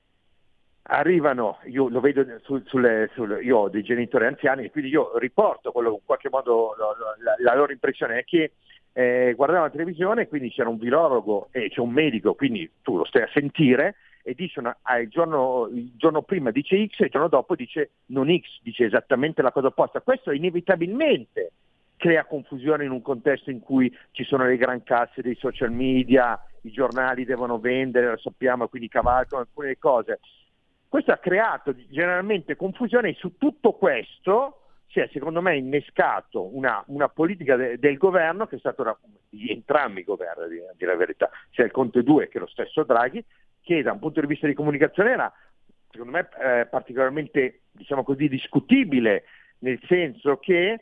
[SPEAKER 8] arrivano, io lo vedo sul, sulle, sul, io ho dei genitori anziani e quindi io riporto quello, in qualche modo lo, lo, la, la loro impressione è che eh, guardavano la televisione, quindi c'era un virologo e c'è un medico, quindi tu lo stai a sentire e dice una, ah, il, giorno, il giorno prima dice X e il giorno dopo dice non X, dice esattamente la cosa opposta. Questo inevitabilmente crea confusione in un contesto in cui ci sono le gran casse dei social media, i giornali devono vendere, lo sappiamo, quindi cavalcano alcune cose. Questo ha creato generalmente confusione e su tutto questo si è secondo me innescato una, una politica de, del governo che è stata una, di entrambi i governi, a dire la verità, sia il Conte due che lo stesso Draghi, che da un punto di vista di comunicazione era secondo me eh, particolarmente, diciamo così, discutibile, nel senso che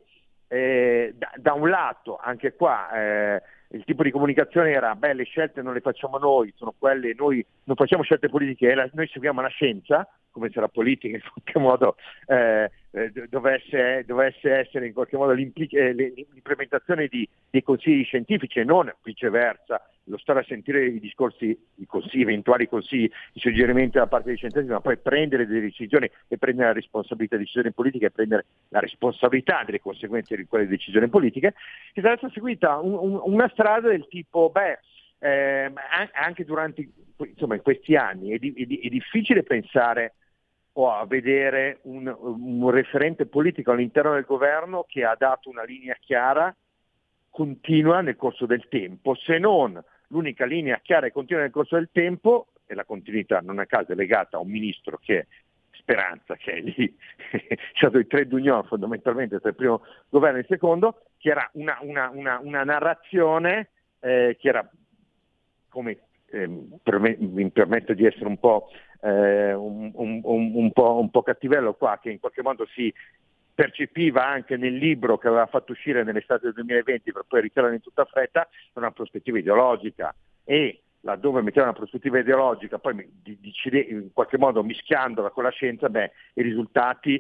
[SPEAKER 8] eh, da, da un lato anche qua eh, il tipo di comunicazione era beh, le scelte non le facciamo noi, sono quelle, noi non facciamo scelte politiche, noi seguiamo la scienza, come se la politica in qualche modo eh, dovesse, dovesse essere in qualche modo l'implementazione di, di consigli scientifici e non viceversa, lo stare a sentire i discorsi, i consigli, eventuali consigli, i suggerimenti da parte dei scienziati, ma poi prendere delle decisioni e prendere la responsabilità delle decisioni politiche e prendere la responsabilità delle conseguenze di quelle decisioni politiche, che sarà stata seguita un, un, una strada del tipo, beh, eh, anche durante insomma in questi anni è, di, è, di, è difficile pensare o a vedere un, un referente politico all'interno del governo che ha dato una linea chiara, continua nel corso del tempo, se non l'unica linea chiara e continua nel corso del tempo, e la continuità non a caso è legata a un ministro che è Speranza, che è lì, è stato il trade union fondamentalmente tra il primo governo e il secondo, che era una, una, una, una narrazione eh, che era, come eh, per me, mi permetto di essere un po', eh, un, un, un, un, po', un po' cattivello qua, che in qualche modo si percepiva anche nel libro che aveva fatto uscire nell'estate del duemilaventi per poi ritirarlo in tutta fretta, una prospettiva ideologica, e laddove metteva una prospettiva ideologica poi in qualche modo mischiandola con la scienza, beh, i risultati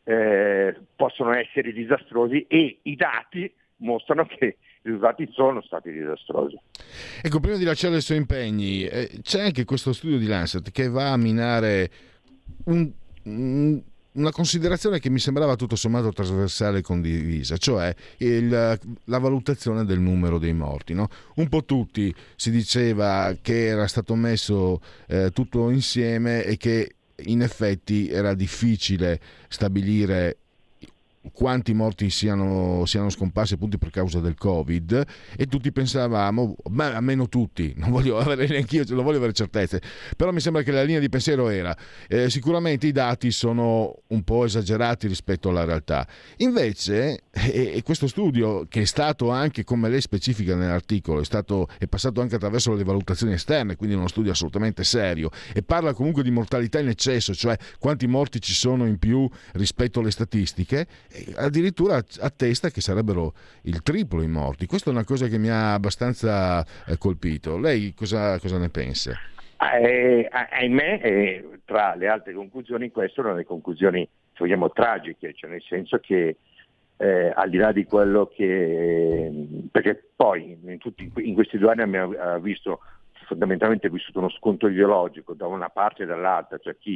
[SPEAKER 8] eh, possono essere disastrosi e i dati mostrano che i risultati sono stati disastrosi.
[SPEAKER 2] Ecco, prima di lasciare i suoi impegni, eh, c'è anche questo studio di Lancet che va a minare un, un una considerazione che mi sembrava tutto sommato trasversale e condivisa, cioè il, la valutazione del numero dei morti, no? Un po' tutti si diceva che era stato messo eh, tutto insieme e che in effetti era difficile stabilire quanti morti siano, siano scomparsi appunto per causa del Covid, e tutti pensavamo, ma almeno tutti, non voglio avere neanche io, non voglio avere certezze, però mi sembra che la linea di pensiero era eh, sicuramente i dati sono un po' esagerati rispetto alla realtà. Invece e, e questo studio, che è stato anche, come lei specifica nell'articolo, è stato è passato anche attraverso le valutazioni esterne, quindi uno studio assolutamente serio, e parla comunque di mortalità in eccesso, cioè quanti morti ci sono in più rispetto alle statistiche, addirittura attesta che sarebbero il triplo i morti. Questa è una cosa che mi ha abbastanza eh, colpito. Lei cosa, cosa ne pensa?
[SPEAKER 8] Eh, ahimè, eh, tra le altre conclusioni, queste sono le conclusioni, se vogliamo, tragiche, cioè nel senso che eh, al di là di quello che, perché poi in, tutti, in questi due anni abbiamo visto fondamentalmente vissuto uno scontro ideologico da una parte e dall'altra, cioè chi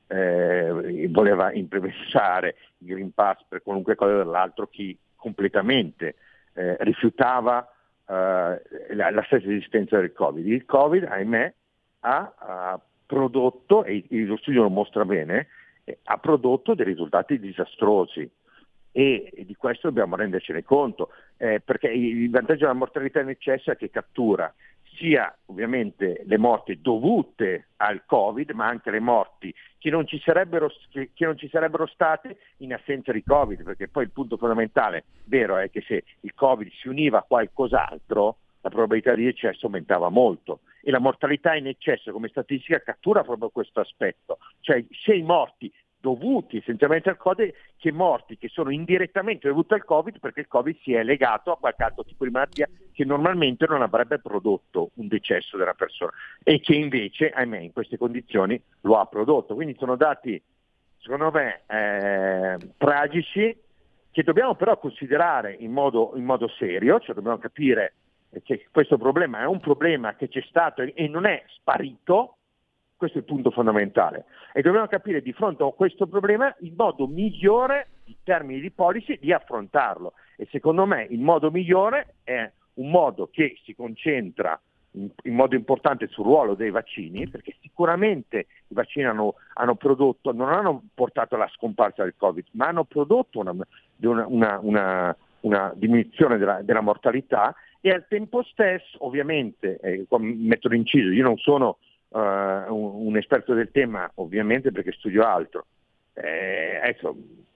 [SPEAKER 8] eh, voleva implementare il Green Pass per qualunque cosa, dall'altro chi completamente eh, rifiutava eh, la, la stessa esistenza del Covid. Il Covid, ahimè, ha, ha prodotto, e lo studio lo mostra bene, eh, ha prodotto dei risultati disastrosi, e, e di questo dobbiamo rendercene conto, eh, perché il vantaggio della mortalità in eccesso è che cattura sia ovviamente le morti dovute al Covid, ma anche le morti che non ci sarebbero, che, che non ci sarebbero state in assenza di Covid, perché poi il punto fondamentale vero è che se il Covid si univa a qualcos'altro, la probabilità di eccesso aumentava molto, e la mortalità in eccesso come statistica cattura proprio questo aspetto, cioè sia i morti dovuti essenzialmente al Covid che morti che sono indirettamente dovuti al Covid, perché il Covid si è legato a qualche altro tipo di malattia che normalmente non avrebbe prodotto un decesso della persona, e che invece, ahimè, in queste condizioni lo ha prodotto. Quindi sono dati, secondo me, eh, tragici, che dobbiamo però considerare in modo, in modo serio, cioè dobbiamo capire che questo problema è un problema che c'è stato e non è sparito. Questo è il punto fondamentale, e dobbiamo capire di fronte a questo problema il modo migliore, in termini di policy, di affrontarlo, e secondo me il modo migliore è un modo che si concentra in, in modo importante sul ruolo dei vaccini, perché sicuramente i vaccini hanno, hanno prodotto, non hanno portato alla scomparsa del Covid, ma hanno prodotto una, una, una, una diminuzione della, della mortalità, e al tempo stesso, ovviamente, eh, metto l'inciso, io non sono Uh, un, un esperto del tema, ovviamente, perché studio altro. Eh, adesso,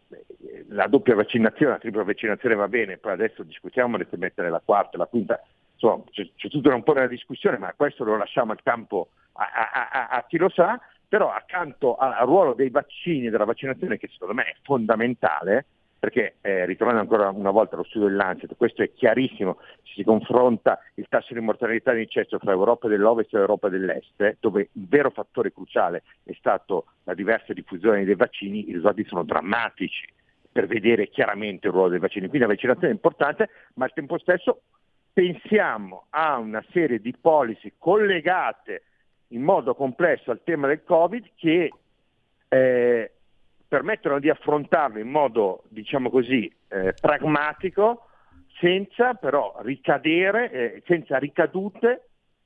[SPEAKER 8] la doppia vaccinazione, la tripla vaccinazione va bene, poi adesso discutiamo se mettere la quarta, la quinta, insomma c'è, c'è tutta un po' una discussione, ma questo lo lasciamo al campo a, a, a, a chi lo sa. Però accanto al ruolo dei vaccini e della vaccinazione, che secondo me è fondamentale, perché eh, ritornando ancora una volta allo studio del Lancet, questo è chiarissimo, si confronta il tasso di mortalità in eccesso fra Europa dell'Ovest e Europa dell'Est, dove il vero fattore cruciale è stato la diversa diffusione dei vaccini, i risultati sono drammatici per vedere chiaramente il ruolo dei vaccini. Quindi la vaccinazione è importante, ma al tempo stesso pensiamo a una serie di policy collegate in modo complesso al tema del Covid che eh, permettono di affrontarlo in modo, diciamo così, eh, pragmatico, senza però ricadere, eh, senza ricadute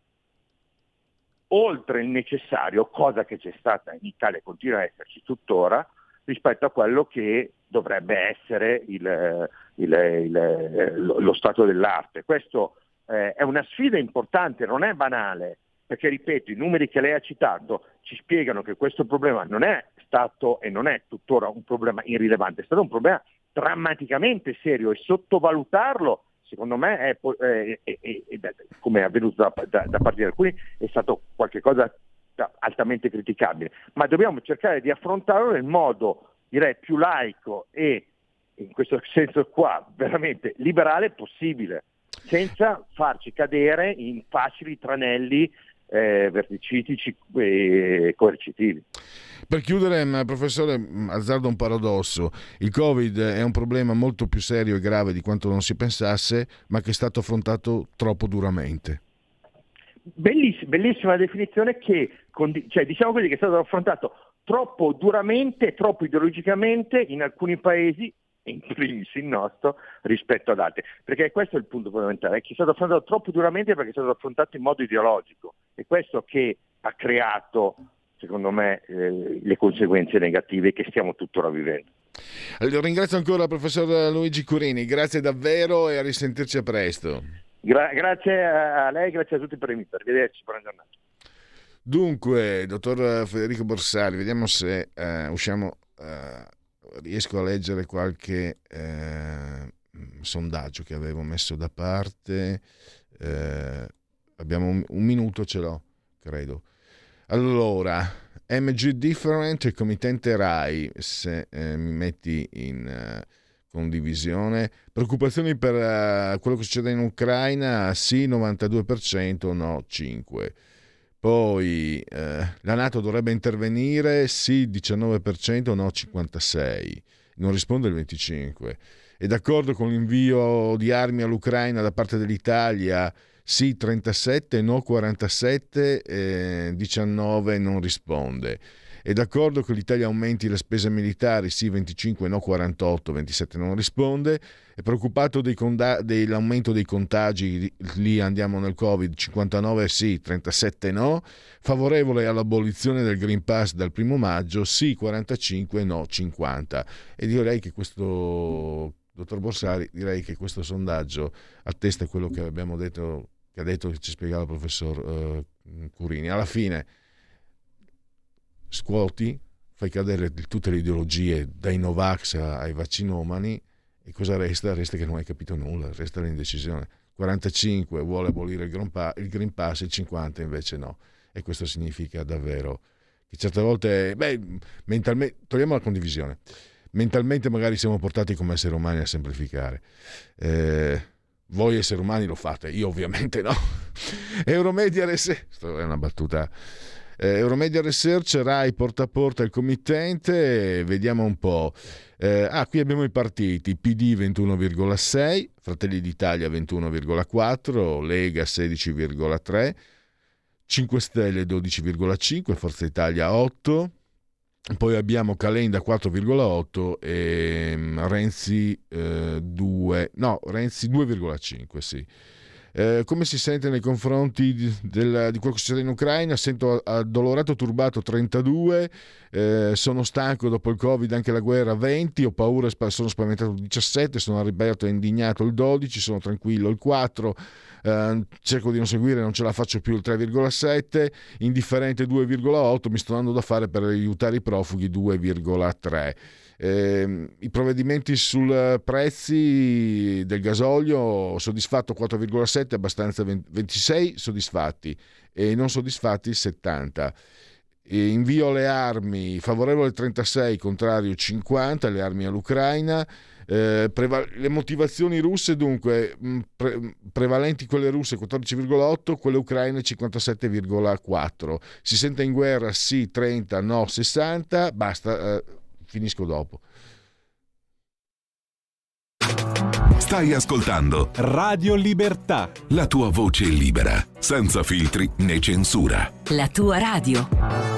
[SPEAKER 8] oltre il necessario, cosa che c'è stata in Italia e continua a esserci tuttora, rispetto a quello che dovrebbe essere il, il, il, lo stato dell'arte. Questo eh, è una sfida importante, non è banale, perché ripeto, i numeri che lei ha citato ci spiegano che questo problema non è stato e non è tuttora un problema irrilevante, è stato un problema drammaticamente serio, e sottovalutarlo secondo me è, è, è, è, è come è avvenuto da, da, da parte di alcuni, è stato qualcosa altamente criticabile, ma dobbiamo cercare di affrontarlo nel modo, direi, più laico e in questo senso qua veramente liberale possibile, senza farci cadere in facili tranelli eh, verticitici e coercitivi.
[SPEAKER 2] Per chiudere, professore, azzardo un paradosso: il Covid è un problema molto più serio e grave di quanto non si pensasse, ma che è stato affrontato troppo duramente.
[SPEAKER 8] Belliss- bellissima definizione, che cioè, diciamo così, che è stato affrontato troppo duramente e troppo ideologicamente in alcuni paesi, in primis il nostro, rispetto ad altri. Perché questo è il punto fondamentale, è che è stato affrontato troppo duramente perché è stato affrontato in modo ideologico. È questo che ha creato, secondo me, eh, le conseguenze negative che stiamo tuttora vivendo.
[SPEAKER 2] Allora, ringrazio ancora il professor Luigi Curini, grazie davvero e a risentirci a presto.
[SPEAKER 8] Gra- grazie a lei, grazie a tutti per l'invito. Arrivederci, buona giornata.
[SPEAKER 2] Dunque, dottor Federico Borsari, vediamo se eh, usciamo, eh, riesco a leggere qualche eh, sondaggio che avevo messo da parte. Eh, abbiamo un, un minuto, ce l'ho, credo. Allora, M G Different, il committente RAI, se eh, mi metti in eh, condivisione. Preoccupazioni per uh, quello che succede in Ucraina, sì novantadue per cento, no cinque per cento. Poi eh, la NATO dovrebbe intervenire, sì diciannove per cento, no cinquantasei per cento. Non risponde il venticinque per cento. È d'accordo con l'invio di armi all'Ucraina da parte dell'Italia, sì trentasette, no quarantasette, eh, diciannove non risponde. È d'accordo che l'Italia aumenti le spese militari, sì venticinque, no quarantotto, ventisette non risponde. È preoccupato dei conda- dell'aumento dei contagi, lì andiamo nel Covid, cinquantanove sì, trentasette no. Favorevole all'abolizione del Green Pass dal primo maggio, sì quarantacinque, no cinquanta. E direi che questo, dottor Borsari, direi che questo sondaggio attesta quello che abbiamo detto, che ha detto, che ci spiegava il professor uh, Curini. Alla fine scuoti, fai cadere tutte le ideologie dai Novax ai vaccinomani e cosa resta? Resta che non hai capito nulla, resta l'indecisione. quarantacinque vuole abolire il Green Pass, il Green Pass, il cinquanta invece no. E questo significa davvero che certe volte, beh, mentalmente, togliamo la condivisione, mentalmente magari siamo portati come esseri umani a semplificare. Eh, voi esseri umani lo fate, io ovviamente no. Euromedia Research, è una battuta. Eh, Euromedia Research, Rai porta a porta il committente, vediamo un po'. Eh, ah, qui abbiamo i partiti: P D ventuno virgola sei, Fratelli d'Italia ventuno virgola quattro, Lega sedici virgola tre, cinque Stelle dodici virgola cinque, Forza Italia otto, poi abbiamo Calenda quattro virgola otto e Renzi eh, due, no, Renzi due virgola cinque, sì. Eh, come si sente nei confronti di, del, di quello che succede in Ucraina? Sento addolorato, turbato trentadue, eh, sono stanco dopo il Covid, anche la guerra venti, ho paura, sono spaventato diciassette, sono arrabbiato e indignato il dodici, sono tranquillo il quattro, eh, cerco di non seguire, non ce la faccio più il tre virgola sette, indifferente due virgola otto, mi sto dando da fare per aiutare i profughi due virgola tre. Eh, i provvedimenti sul prezzi del gasolio, soddisfatto quattro virgola sette, abbastanza ventisei soddisfatti e non soddisfatti settanta. E invio le armi, favorevole trentasei, contrario cinquanta, le armi all'Ucraina. Eh, preva- le motivazioni russe dunque pre- prevalenti quelle russe quattordici virgola otto, quelle ucraine cinquantasette virgola quattro. Si sente in guerra sì trenta, no sessanta. Basta, eh, finisco dopo.
[SPEAKER 6] Stai ascoltando
[SPEAKER 1] Radio Libertà,
[SPEAKER 6] la tua voce libera, senza filtri né censura.
[SPEAKER 5] La tua radio.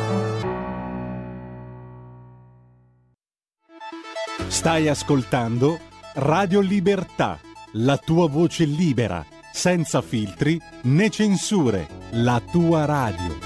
[SPEAKER 1] stai ascoltando Radio Libertà, la tua voce libera, senza filtri né censure, la tua radio.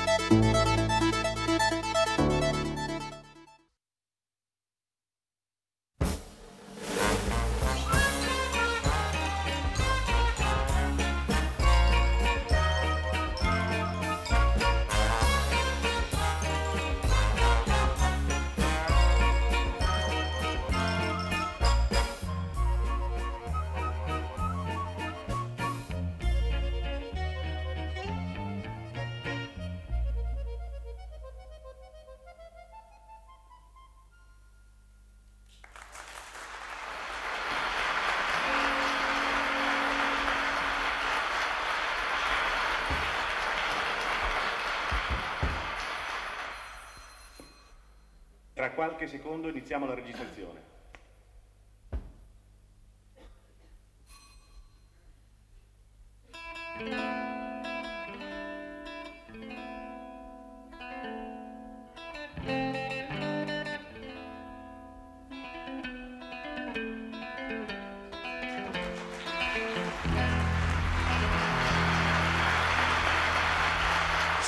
[SPEAKER 9] Tra qualche secondo iniziamo la registrazione.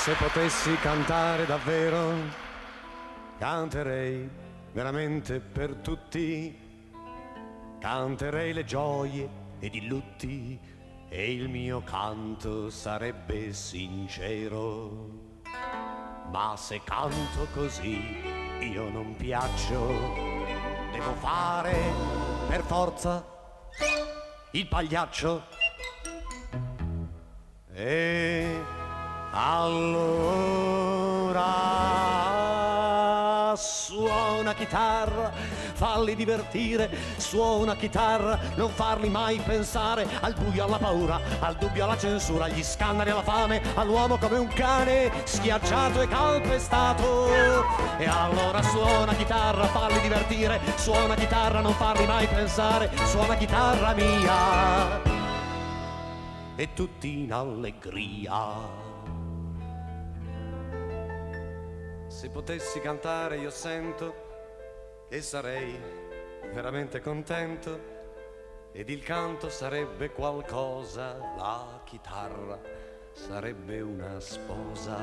[SPEAKER 10] Se potessi cantare davvero, canterei veramente per tutti, canterei le gioie ed i lutti e il mio canto sarebbe sincero. Ma se canto così io non piaccio, devo fare per forza il pagliaccio. E allora suona chitarra, falli divertire, suona chitarra, non farli mai pensare al buio, alla paura, al dubbio, alla censura, agli scandali, alla fame, all'uomo come un cane schiacciato e calpestato. E allora suona chitarra, falli divertire, suona chitarra, non farli mai pensare, suona chitarra mia, e tutti in allegria. Se potessi cantare io sento che sarei veramente contento, ed il canto sarebbe qualcosa, la chitarra sarebbe una sposa.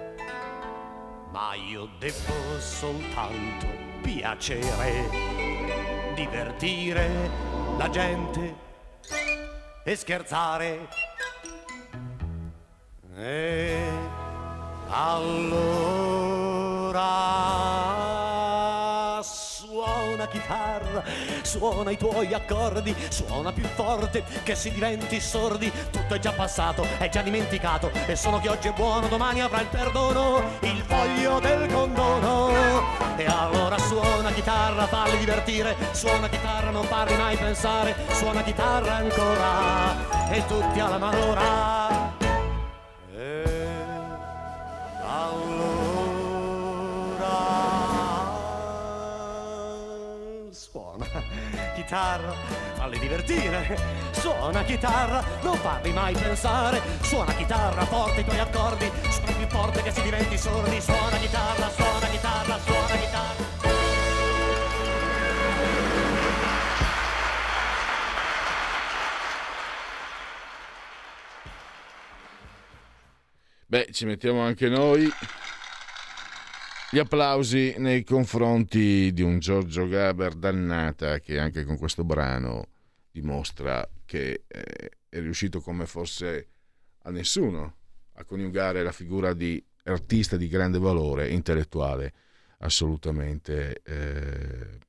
[SPEAKER 10] Ma io devo soltanto piacere, divertire la gente e scherzare. E allora suona chitarra, suona i tuoi accordi, suona più forte che si diventi sordi. Tutto è già passato, è già dimenticato, e solo chi oggi è buono domani avrà il perdono, il foglio del condono. E allora suona chitarra, falli divertire, suona chitarra, non farli mai pensare, suona chitarra ancora, e tutti alla malora. E allora suona chitarra, falli divertire, suona chitarra, non farli mai pensare, suona chitarra, forte i tuoi accordi, suona più forte che si diventi sordi, suona chitarra, suona chitarra, suona chitarra.
[SPEAKER 2] Beh, ci mettiamo anche noi gli applausi nei confronti di un Giorgio Gaber dannata, che anche con questo brano dimostra che eh, è riuscito come forse a nessuno a coniugare la figura di artista di grande valore intellettuale, assolutamente eh,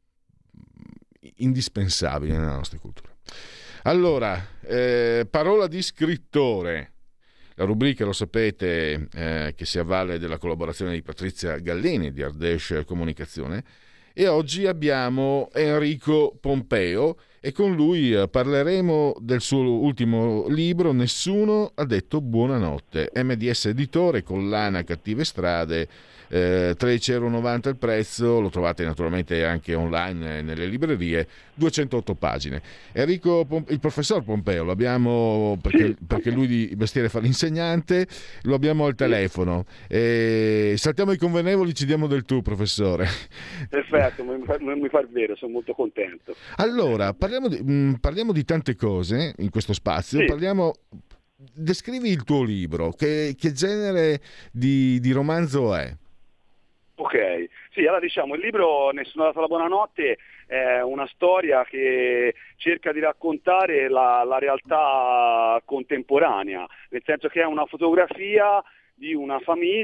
[SPEAKER 2] indispensabile nella nostra cultura. Allora, eh, parola di scrittore. La rubrica, lo sapete, eh, che si avvale della collaborazione di Patrizia Gallini di Ardèche Comunicazione, e oggi abbiamo Enrico Pompeo e con lui eh, parleremo del suo ultimo libro Nessuno ha detto buonanotte, M D S editore, collana Cattive strade, eh, tredici virgola novanta euro il prezzo, lo trovate naturalmente anche online nelle librerie, duecentootto pagine. Enrico, il professor Pompeo, lo abbiamo perché, perché lui di mestiere fa l'insegnante, lo abbiamo al telefono. E saltiamo i convenevoli, ci diamo del tu, professore.
[SPEAKER 11] Perfetto, mi fa, mi fa vero, sono molto contento.
[SPEAKER 2] Allora, parliamo di, mh, parliamo di tante cose in questo spazio, sì. Parliamo... Descrivi il tuo libro, che, che genere di, di romanzo è?
[SPEAKER 11] Ok, sì, allora diciamo, il libro Nessuno ha dato la buonanotte è una storia che cerca di raccontare la, la realtà contemporanea, nel senso che è una fotografia di una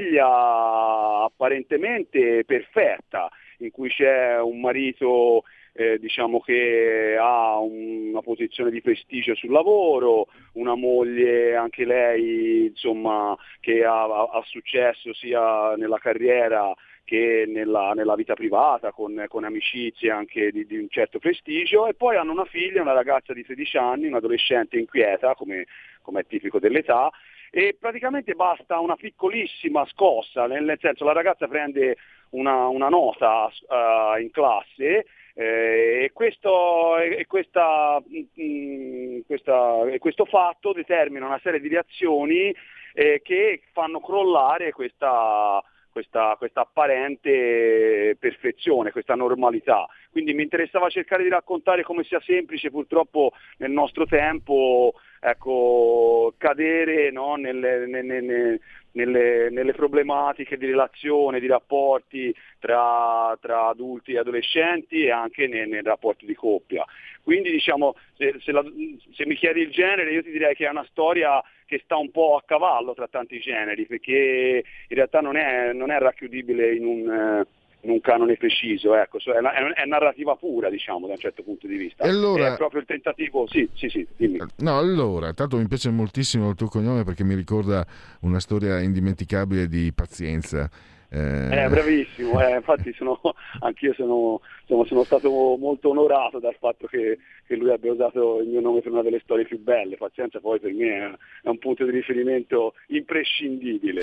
[SPEAKER 11] famiglia apparentemente perfetta, in cui c'è un marito eh, diciamo che ha un, una posizione di prestigio sul lavoro, una moglie anche lei insomma che ha, ha successo sia nella carriera che nella, nella vita privata, con, con amicizie anche di, di un certo prestigio, e poi hanno una figlia, una ragazza di tredici anni, un'adolescente inquieta, come, come è tipico dell'età, e praticamente basta una piccolissima scossa, nel, nel senso la ragazza prende una, una nota uh, in classe eh, e, questo, e, questa, mh, questa, e questo fatto determina una serie di reazioni eh, che fanno crollare questa... Questa, questa apparente perfezione, questa normalità. Quindi mi interessava cercare di raccontare come sia semplice purtroppo nel nostro tempo ecco, cadere, no, nelle, nelle, nelle, nelle, nelle problematiche di relazione, di rapporti tra, tra adulti e adolescenti e anche nei, nei rapporti di coppia. Quindi diciamo, se, se, la, se mi chiedi il genere, io ti direi che è una storia che sta un po' a cavallo tra tanti generi, perché in realtà non è, non è racchiudibile in un, in un canone preciso, ecco, è, è narrativa pura, diciamo, da un certo punto di vista.
[SPEAKER 2] E allora,
[SPEAKER 11] è proprio il tentativo, sì, sì, sì, dimmi.
[SPEAKER 2] No, allora, tanto mi piace moltissimo il tuo cognome perché mi ricorda una storia indimenticabile di pazienza.
[SPEAKER 11] Eh, eh bravissimo, eh, infatti sono, anch'io sono, insomma, sono stato molto onorato dal fatto che, che lui abbia usato il mio nome per una delle storie più belle. Pazienza poi per me è, è un punto di riferimento imprescindibile.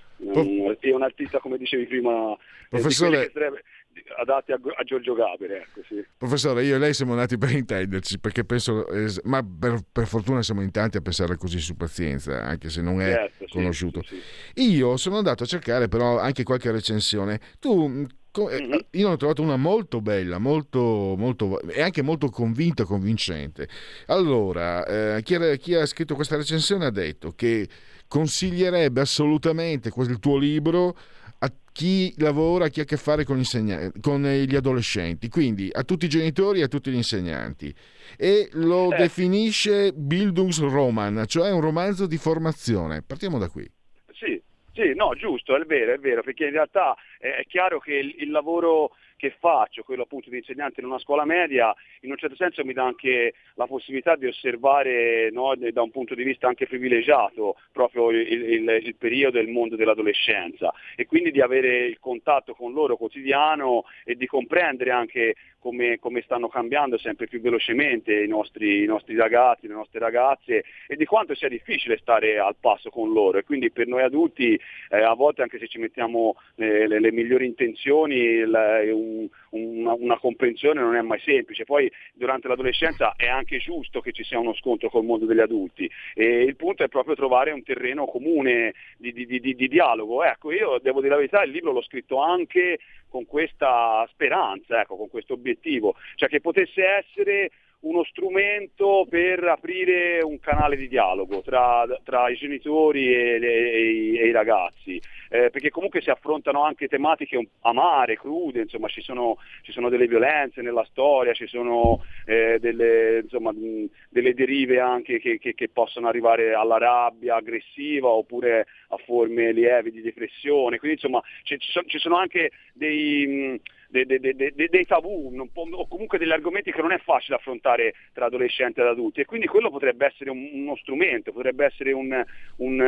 [SPEAKER 11] Um, è un artista, come dicevi prima,
[SPEAKER 2] professore,
[SPEAKER 11] eh, adatti a, a Giorgio Gaber, ecco, sì.
[SPEAKER 2] Professore, io e lei siamo nati per intenderci, perché penso, eh, ma per, per fortuna siamo in tanti a pensare così su Pazienza, anche se non è certo, conosciuto. Sì, sì, sì. Io sono andato a cercare però anche qualche recensione. Tu, mm-hmm. io ne ho trovato una molto bella, molto, molto, e anche molto convinta, convincente. Allora, eh, chi, era, chi ha scritto questa recensione ha detto che consiglierebbe assolutamente il tuo libro a chi lavora, a chi ha a che fare con, con gli adolescenti, quindi a tutti i genitori e a tutti gli insegnanti, e lo eh. definisce Bildungsroman, cioè un romanzo di formazione. Partiamo da qui.
[SPEAKER 11] Sì, sì, no, giusto, è vero, è vero, perché in realtà è chiaro che il, il lavoro che faccio, quello appunto di insegnante in una scuola media, in un certo senso mi dà anche la possibilità di osservare, no, da un punto di vista anche privilegiato proprio il, il, il periodo e il mondo dell'adolescenza, e quindi di avere il contatto con loro quotidiano e di comprendere anche come, come stanno cambiando sempre più velocemente i nostri, i nostri ragazzi, le nostre ragazze, e di quanto sia difficile stare al passo con loro. E quindi per noi adulti eh, a volte, anche se ci mettiamo eh, le, le migliori intenzioni, la, un, una, una comprensione non è mai semplice. Poi durante l'adolescenza è anche giusto che ci sia uno scontro col mondo degli adulti, e il punto è proprio trovare un terreno comune di, di, di, di dialogo. Ecco, io devo dire la verità, il libro l'ho scritto anche con questa speranza, ecco, con questo obiettivo, cioè che potesse essere uno strumento per aprire un canale di dialogo tra, tra i genitori e, e, e i ragazzi, eh, perché comunque si affrontano anche tematiche amare, crude, insomma ci sono, ci sono delle violenze nella storia, ci sono eh, delle, insomma, mh, delle derive anche che, che, che possono arrivare alla rabbia aggressiva oppure a forme lievi di depressione, quindi insomma ci, ci, sono, ci sono anche dei... Mh, Dei, dei, dei, dei tabù o comunque degli argomenti che non è facile affrontare tra adolescenti ed adulti, e quindi quello potrebbe essere un, uno strumento, potrebbe essere un, un,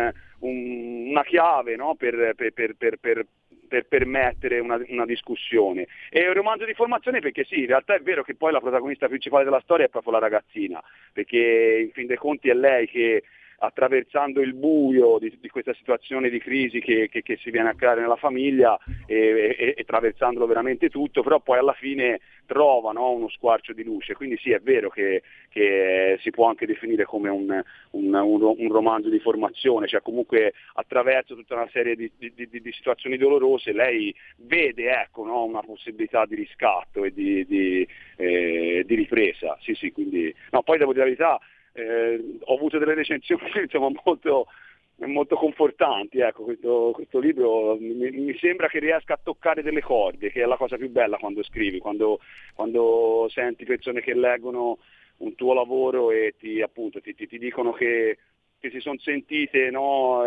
[SPEAKER 11] un, una chiave, no? per, per, per, per, per, per permettere una, una discussione. E un romanzo di formazione perché sì, in realtà è vero che poi la protagonista principale della storia è proprio la ragazzina, perché in fin dei conti è lei che, attraversando il buio di, di questa situazione di crisi che, che, che si viene a creare nella famiglia e, e, e attraversandolo veramente tutto, però poi alla fine trova, no, uno squarcio di luce. Quindi sì, è vero che, che si può anche definire come un, un, un, un romanzo di formazione, cioè comunque attraverso tutta una serie di, di, di, di situazioni dolorose lei vede, ecco, no, una possibilità di riscatto e di, di, eh, di ripresa. Sì, sì, quindi no, poi devo dire la verità, Eh, ho avuto delle recensioni insomma molto, molto confortanti, ecco, questo, questo libro mi, mi sembra che riesca a toccare delle corde, che è la cosa più bella quando scrivi, quando, quando senti persone che leggono un tuo lavoro e ti, appunto, ti, ti, ti dicono che, che si sono sentite, no,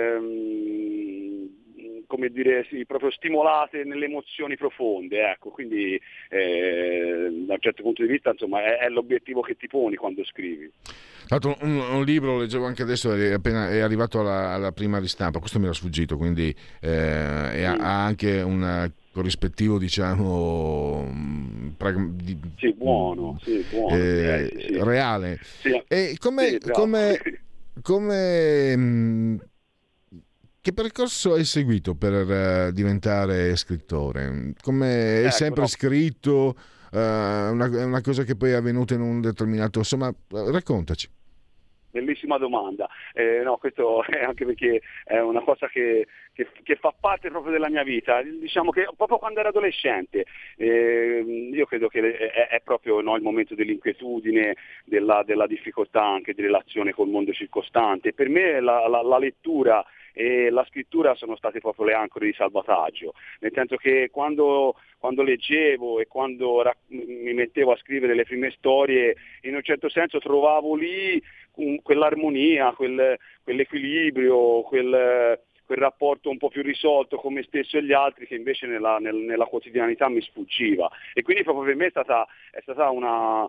[SPEAKER 11] ehm, come dire, sì, proprio stimolate nelle emozioni profonde, ecco, quindi eh, da un certo punto di vista insomma è, è l'obiettivo che ti poni quando scrivi.
[SPEAKER 2] Tanto un, un libro, leggevo anche adesso, è appena è arrivato alla, alla prima ristampa, questo mi era sfuggito, quindi eh, sì. ha, ha anche un corrispettivo, diciamo,
[SPEAKER 11] di, sì, buono, sì, buono
[SPEAKER 2] eh,
[SPEAKER 11] sì, sì.
[SPEAKER 2] reale.
[SPEAKER 11] Sì.
[SPEAKER 2] E come,
[SPEAKER 11] sì,
[SPEAKER 2] come, come mh, che percorso hai seguito per uh, diventare scrittore? Come ecco, hai sempre no. scritto? Uh, una, una cosa che poi è avvenuta in un determinato... Insomma, raccontaci.
[SPEAKER 11] bellissima domanda. Eh, no, questo è anche perché è una cosa che, che, che fa parte proprio della mia vita. Diciamo che proprio quando ero adolescente, eh, io credo che è, è proprio no, il momento dell'inquietudine, della, della difficoltà anche di relazione col mondo circostante. Per me la, la, la lettura e la scrittura sono state proprio le ancore di salvataggio, nel senso che quando, quando leggevo e quando ra- mi mettevo a scrivere le prime storie, in un certo senso trovavo lì un, quell'armonia, quel, quell'equilibrio, quel, quel rapporto un po' più risolto con me stesso e gli altri che invece nella, nel, nella quotidianità mi sfuggiva, e quindi proprio per me è stata, è stata una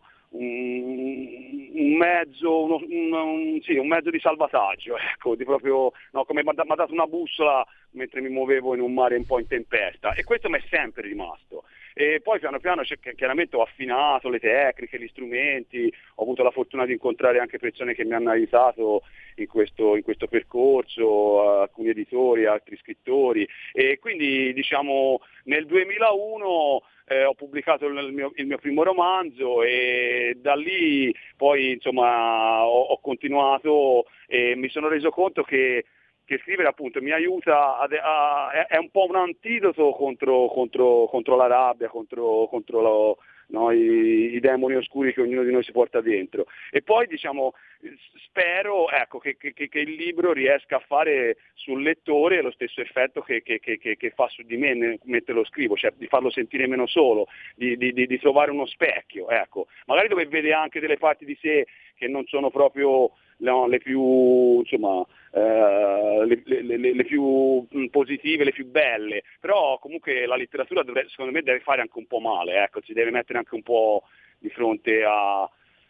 [SPEAKER 11] un mezzo uno, un, un, sì, un mezzo di salvataggio, ecco, di proprio no, come mi ha dato una bussola mentre mi muovevo in un mare un po' in tempesta, e questo mi è sempre rimasto. E poi piano piano chiaramente ho affinato le tecniche, gli strumenti, ho avuto la fortuna di incontrare anche persone che mi hanno aiutato in questo, in questo percorso, alcuni editori, altri scrittori, e quindi diciamo nel duemilauno eh, ho pubblicato il mio, il mio primo romanzo, e da lì poi insomma ho, ho continuato e mi sono reso conto che che scrivere appunto mi aiuta a, a, è un po' un antidoto contro, contro, contro la rabbia, contro, contro lo, no, i, i demoni oscuri che ognuno di noi si porta dentro. E poi diciamo spero ecco, che, che, che il libro riesca a fare sul lettore lo stesso effetto che, che, che, che fa su di me mentre lo scrivo, cioè di farlo sentire meno solo, di, di, di, di trovare uno specchio, ecco. Magari dove vede anche delle parti di sé che non sono proprio no, le più insomma Uh, le, le, le, le più positive, le più belle, però comunque la letteratura dovrebbe, secondo me deve fare anche un po' male, ecco, si deve mettere anche un po' di fronte a,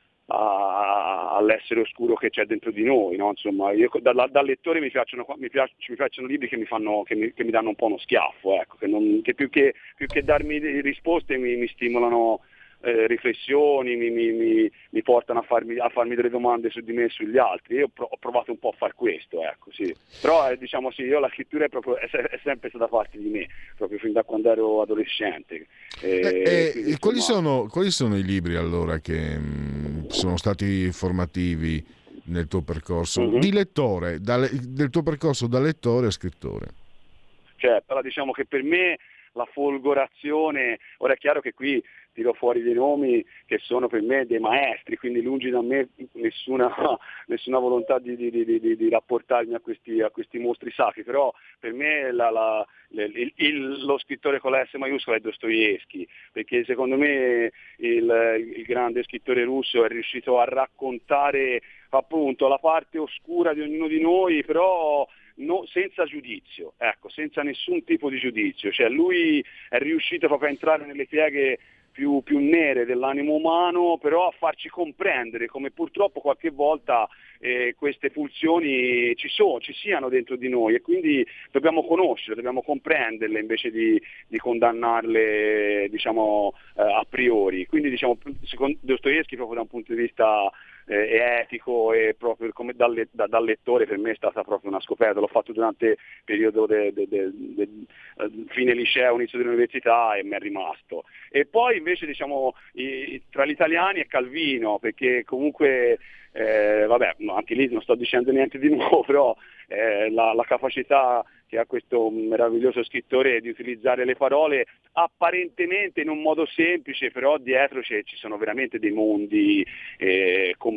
[SPEAKER 11] a, all'essere oscuro che c'è dentro di noi, no? Insomma, io da, da lettore mi piacciono, mi, piac, mi piacciono libri che mi fanno, che mi, che mi danno un po' uno schiaffo, ecco, che, non, che, più, che più che darmi risposte mi, mi stimolano Eh, riflessioni, mi, mi, mi, mi portano a farmi, a farmi delle domande su di me e sugli altri. Io ho provato un po' a far questo, ecco, sì. Però eh, diciamo sì, io la scrittura è, proprio, è, è sempre stata parte di me, proprio fin da quando ero adolescente.
[SPEAKER 2] Eh, eh, quindi, quali, sono, quali sono i libri allora che mh, sono stati formativi nel tuo percorso mm-hmm. di lettore, da, del tuo percorso da lettore a scrittore?
[SPEAKER 11] Cioè, però diciamo che per me la folgorazione, ora è chiaro che qui tiro fuori dei nomi che sono per me dei maestri, quindi lungi da me nessuna, nessuna volontà di, di, di, di, di rapportarmi a questi, a questi mostri sacri, però per me la, la, il, il, lo scrittore con la S maiuscola è Dostoevskij, perché secondo me il, il grande scrittore russo è riuscito a raccontare appunto la parte oscura di ognuno di noi, però no, senza giudizio, ecco, senza nessun tipo di giudizio, cioè lui è riuscito proprio a entrare nelle pieghe più, più nere dell'animo umano, però a farci comprendere come purtroppo qualche volta eh, queste pulsioni ci sono, ci siano dentro di noi, e quindi dobbiamo conoscerle, dobbiamo comprenderle invece di, di condannarle, diciamo, eh, a priori. Quindi diciamo, secondo Dostoevskij proprio da un punto di vista eh, etico e proprio come dal, da, dal lettore per me è stata proprio una scoperta. L'ho fatto durante il periodo de, de, de, de, de, fine liceo, inizio dell'università, e mi è rimasto. E poi invece diciamo i, tra gli italiani è Calvino, perché comunque eh, vabbè, anche lì non sto dicendo niente di nuovo, però eh, la, la capacità che ha questo meraviglioso scrittore di utilizzare le parole apparentemente in un modo semplice, però dietro ci sono veramente dei mondi eh, con,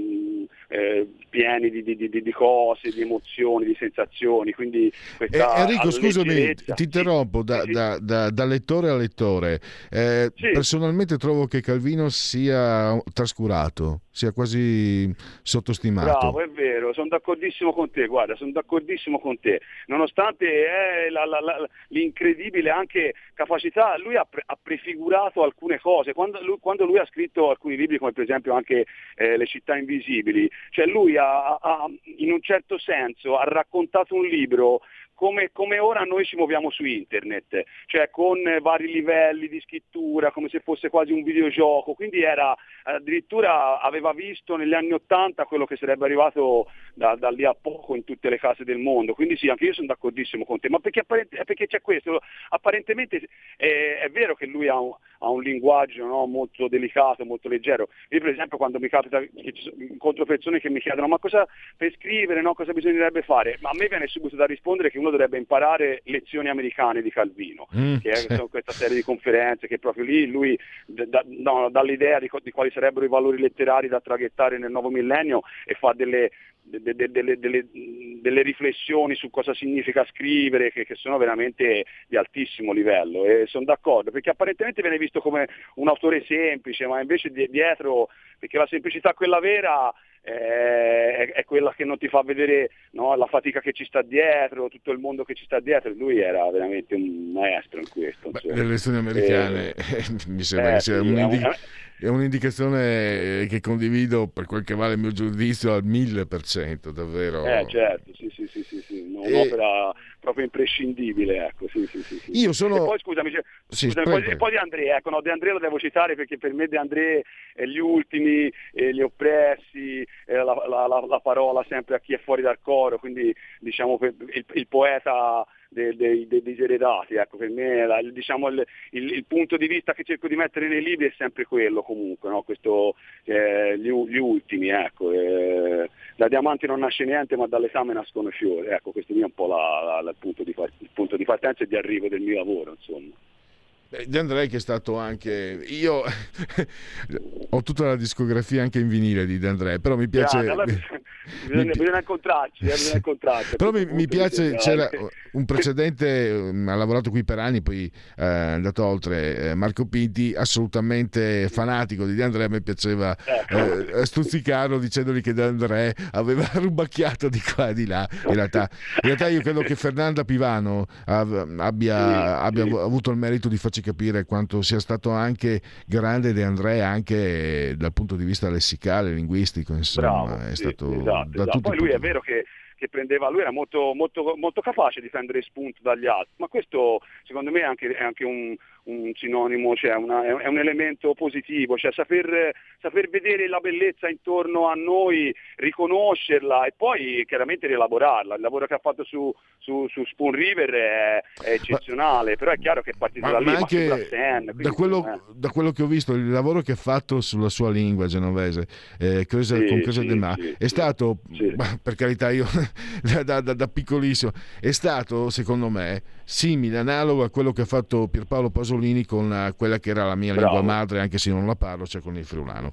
[SPEAKER 11] eh, pieni di, di, di, di cose, di emozioni, di sensazioni. Quindi questa
[SPEAKER 2] eh, Enrico, scusami, ti interrompo,
[SPEAKER 11] sì,
[SPEAKER 2] da,
[SPEAKER 11] sì.
[SPEAKER 2] Da, da, da lettore a lettore. Eh, sì. Personalmente trovo che Calvino sia trascurato, sia quasi sottostimato.
[SPEAKER 11] Bravo, è vero, sono d'accordissimo con te, guarda, sono d'accordissimo con te. Nonostante eh, la, la, la, l'incredibile anche capacità, lui ha, pre, ha prefigurato alcune cose. Quando lui, quando lui ha scritto alcuni libri, come per esempio anche eh, Le città invisibili, cioè lui ha, ha in un certo senso ha raccontato un libro come, come ora noi ci muoviamo su internet, cioè con vari livelli di scrittura, come se fosse quasi un videogioco, quindi era addirittura aveva visto negli anni Ottanta quello che sarebbe arrivato da, da lì a poco in tutte le case del mondo, quindi sì, anche io sono d'accordissimo con te, ma perché, apparent- perché c'è questo, apparentemente è, è vero che lui ha un, ha un linguaggio, no, molto delicato, molto leggero. Io per esempio quando mi capita che ci sono, incontro persone che mi chiedono ma cosa per scrivere, no, cosa bisognerebbe fare, ma a me viene subito da rispondere che uno dovrebbe imparare lezioni americane di Calvino, mm, che è sì. sono questa serie di conferenze che proprio lì lui da, no, dà l'idea di, di quali sarebbero i valori letterari da traghettare nel nuovo millennio e fa delle, de, de, delle, delle, delle riflessioni su cosa significa scrivere che, che sono veramente di altissimo livello, e sono d'accordo perché apparentemente viene visto come un autore semplice, ma invece di, dietro, perché la semplicità quella vera è, è quella che non ti fa vedere, no, la fatica che ci sta dietro, tutto il mondo che ci sta dietro. Lui era veramente un maestro in questo.
[SPEAKER 2] Beh, le lezioni americane eh, mi sembra
[SPEAKER 11] eh,
[SPEAKER 2] che sia
[SPEAKER 11] sì,
[SPEAKER 2] un'indic-
[SPEAKER 11] è,
[SPEAKER 2] è un'indicazione che condivido, per quel che vale il mio giudizio, al mille per cento, davvero.
[SPEAKER 11] Eh certo, sì sì sì sì, sì. Un'opera e... proprio imprescindibile, ecco, sì sì sì, sì.
[SPEAKER 2] Io sono...
[SPEAKER 11] E poi scusami, cioè,
[SPEAKER 2] sì,
[SPEAKER 11] scusami poi, e poi De André, ecco, no, De André lo devo citare perché per me De André è gli ultimi, eh, gli oppressi, eh, la, la, la, la parola sempre a chi è fuori dal coro, quindi diciamo il, il poeta dei, dei, dei diseredati, ecco, per me la, diciamo il, il, il punto di vista che cerco di mettere nei libri è sempre quello comunque, no? Questo, eh, gli, gli ultimi, ecco, eh, da diamanti non nasce niente ma dall'esame nascono fiori, ecco, questo è un po' la, la, la, il, punto di, il punto di partenza e di arrivo del mio lavoro, insomma.
[SPEAKER 2] De André, che è stato anche io ho tutta la discografia anche in vinile di De André, però mi piace
[SPEAKER 11] yeah, allora, bisogna, mi... bisogna incontrarci, eh, bisogna incontrarci
[SPEAKER 2] però mi, mi piace, c'era un precedente, ha lavorato qui per anni, poi è eh, andato oltre, eh, Marco Pinti, assolutamente fanatico di De André. A me piaceva eh, stuzzicarlo dicendogli che De André aveva rubacchiato di qua e di là. In realtà, in realtà io credo che Fernanda Pivano abbia, sì, abbia sì. avuto il merito di farci capire quanto sia stato anche grande De André anche dal punto di vista lessicale, linguistico, insomma.
[SPEAKER 11] Bravo,
[SPEAKER 2] è
[SPEAKER 11] sì,
[SPEAKER 2] stato
[SPEAKER 11] esatto,
[SPEAKER 2] da
[SPEAKER 11] esatto.
[SPEAKER 2] tutti.
[SPEAKER 11] Poi lui è vero che che prendeva, lui era molto, molto, molto capace di prendere spunto dagli altri, ma questo secondo me è anche, è anche un, un sinonimo, cioè una, è un elemento positivo, cioè saper, saper vedere la bellezza intorno a noi, riconoscerla e poi chiaramente rielaborarla. Il lavoro che ha fatto su, su, su Spoon River è, è eccezionale, ma, però è chiaro che è partito
[SPEAKER 2] ma,
[SPEAKER 11] da lì,
[SPEAKER 2] ma
[SPEAKER 11] ma
[SPEAKER 2] anche
[SPEAKER 11] Sen,
[SPEAKER 2] da, quello,
[SPEAKER 11] eh.
[SPEAKER 2] da quello che ho visto, il lavoro che ha fatto sulla sua lingua genovese, eh, cosa,
[SPEAKER 11] sì,
[SPEAKER 2] con cosa
[SPEAKER 11] sì,
[SPEAKER 2] de ma,
[SPEAKER 11] sì,
[SPEAKER 2] è stato,
[SPEAKER 11] sì.
[SPEAKER 2] per carità, io da, da, da piccolissimo, è stato secondo me simile, analogo a quello che ha fatto Pierpaolo Pasolini con la, quella che era la mia
[SPEAKER 11] Bravo.
[SPEAKER 2] lingua madre, anche se non la parlo, cioè con il friulano.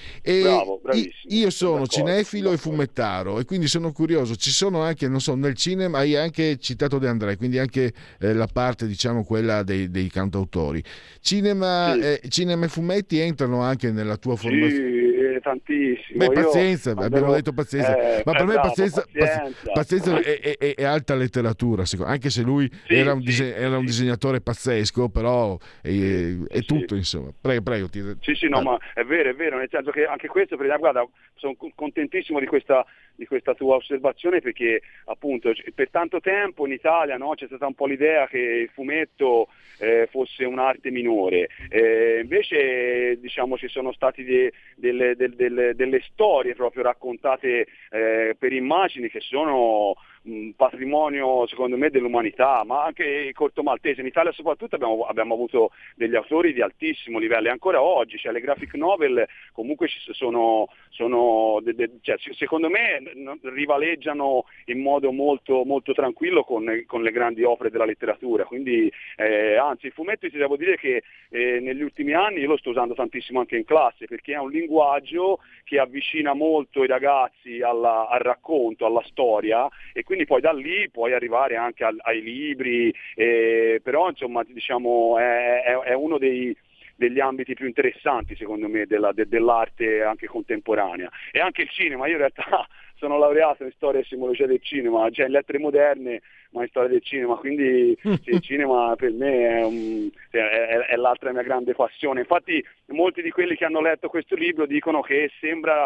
[SPEAKER 2] E
[SPEAKER 11] Bravo,
[SPEAKER 2] io sono cinefilo e fumettaro e quindi sono curioso. Ci sono anche, non so, nel cinema hai anche citato De André, quindi anche eh, la parte, diciamo, quella dei, dei cantautori. Cinema, sì. eh, cinema e fumetti entrano anche nella tua formazione?
[SPEAKER 11] Sì, tantissimo.
[SPEAKER 2] Beh, pazienza,
[SPEAKER 11] io,
[SPEAKER 2] abbiamo
[SPEAKER 11] ero,
[SPEAKER 2] detto pazienza,
[SPEAKER 11] eh,
[SPEAKER 2] ma per
[SPEAKER 11] eh,
[SPEAKER 2] me
[SPEAKER 11] bravo,
[SPEAKER 2] pazienza,
[SPEAKER 11] pazienza.
[SPEAKER 2] pazienza è, è, è alta letteratura, secondo, anche se lui
[SPEAKER 11] sì,
[SPEAKER 2] era, un
[SPEAKER 11] sì,
[SPEAKER 2] dise- era un disegnatore pazzesco, però è,
[SPEAKER 11] sì,
[SPEAKER 2] è tutto,
[SPEAKER 11] sì.
[SPEAKER 2] insomma. Prego, prego. Ti...
[SPEAKER 11] Sì, sì, no, ah. ma è vero, è vero, nel senso che anche questo, per esempio, guarda, sono contentissimo di questa, di questa tua osservazione perché appunto per tanto tempo in Italia, no, c'è stata un po' l'idea che il fumetto eh, fosse un'arte minore, eh, invece diciamo ci sono stati de, delle, delle, delle, delle storie proprio raccontate eh, per immagini che sono un patrimonio secondo me dell'umanità, ma anche il corto maltese in Italia soprattutto abbiamo, abbiamo avuto degli autori di altissimo livello e ancora oggi, cioè le graphic novel comunque ci sono, sono de, de, cioè, secondo me rivaleggiano in modo molto, molto tranquillo con, con le grandi opere della letteratura, quindi eh, anzi il fumetto ti devo dire che eh, negli ultimi anni io lo sto usando tantissimo anche in classe perché è un linguaggio che avvicina molto i ragazzi alla, al racconto, alla storia e quindi poi da lì puoi arrivare anche al, ai libri, eh, però insomma diciamo è, è, è uno dei, degli ambiti più interessanti secondo me della, de, dell'arte anche contemporanea e anche il cinema. Io in realtà sono laureato in storia e simbologia del cinema, cioè in lettere moderne ma in storia del cinema, quindi sì, il cinema per me è, un, è, è, è l'altra mia grande passione. Infatti molti di quelli che hanno letto questo libro dicono che sembra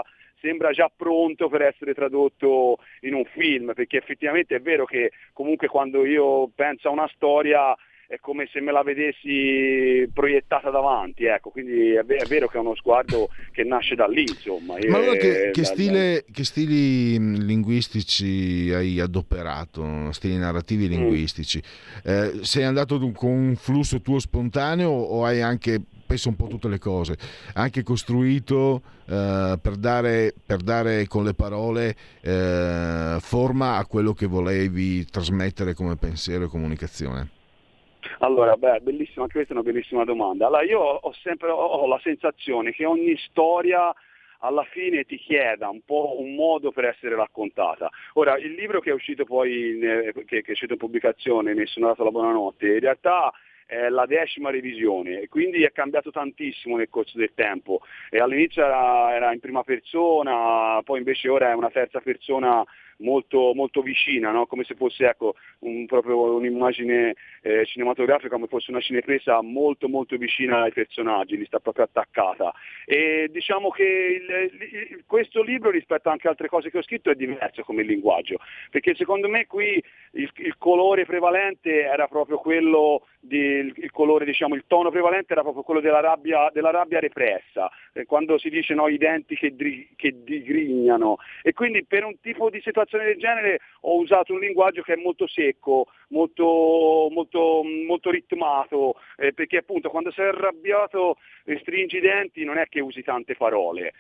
[SPEAKER 11] sembra già pronto per essere tradotto in un film, perché effettivamente è vero che comunque quando io penso a una storia è come se me la vedessi proiettata davanti, ecco, quindi è, è vero che è uno sguardo che nasce da lì, insomma.
[SPEAKER 2] Ma allora che, che,
[SPEAKER 11] da,
[SPEAKER 2] stile, da... che stili linguistici hai adoperato, stili narrativi linguistici? Mm. Eh, sei andato con un flusso tuo spontaneo o hai anche, penso un po' tutte le cose, anche costruito eh, per, dare, per dare con le parole eh, forma a quello che volevi trasmettere come pensiero e comunicazione?
[SPEAKER 11] Allora, beh, bellissima, anche questa è una bellissima domanda. Allora, io ho sempre ho la sensazione che ogni storia alla fine ti chieda un po' un modo per essere raccontata. Ora, il libro che è uscito poi, che, che è uscito in pubblicazione, Nessuno ha dato la buonanotte, in realtà è la decima revisione e quindi è cambiato tantissimo nel corso del tempo. E all'inizio era, era in prima persona, poi invece ora è una terza persona molto, molto vicina, no? Come se fosse, ecco, un, proprio un'immagine eh, cinematografica, come fosse una cinepresa molto molto vicina ai personaggi, li sta proprio attaccata. E diciamo che il, il, questo libro rispetto anche a altre cose che ho scritto è diverso come linguaggio, perché secondo me qui il, il colore prevalente era proprio quello di, il, il colore, diciamo, il tono prevalente era proprio quello della rabbia, della rabbia repressa, eh, quando si dice, no, i denti che, dri, che digrignano, e quindi per un tipo di situazione del genere ho usato un linguaggio che è molto secco, molto, molto, molto ritmato, eh, perché appunto quando sei arrabbiato e stringi i denti non è che usi tante parole,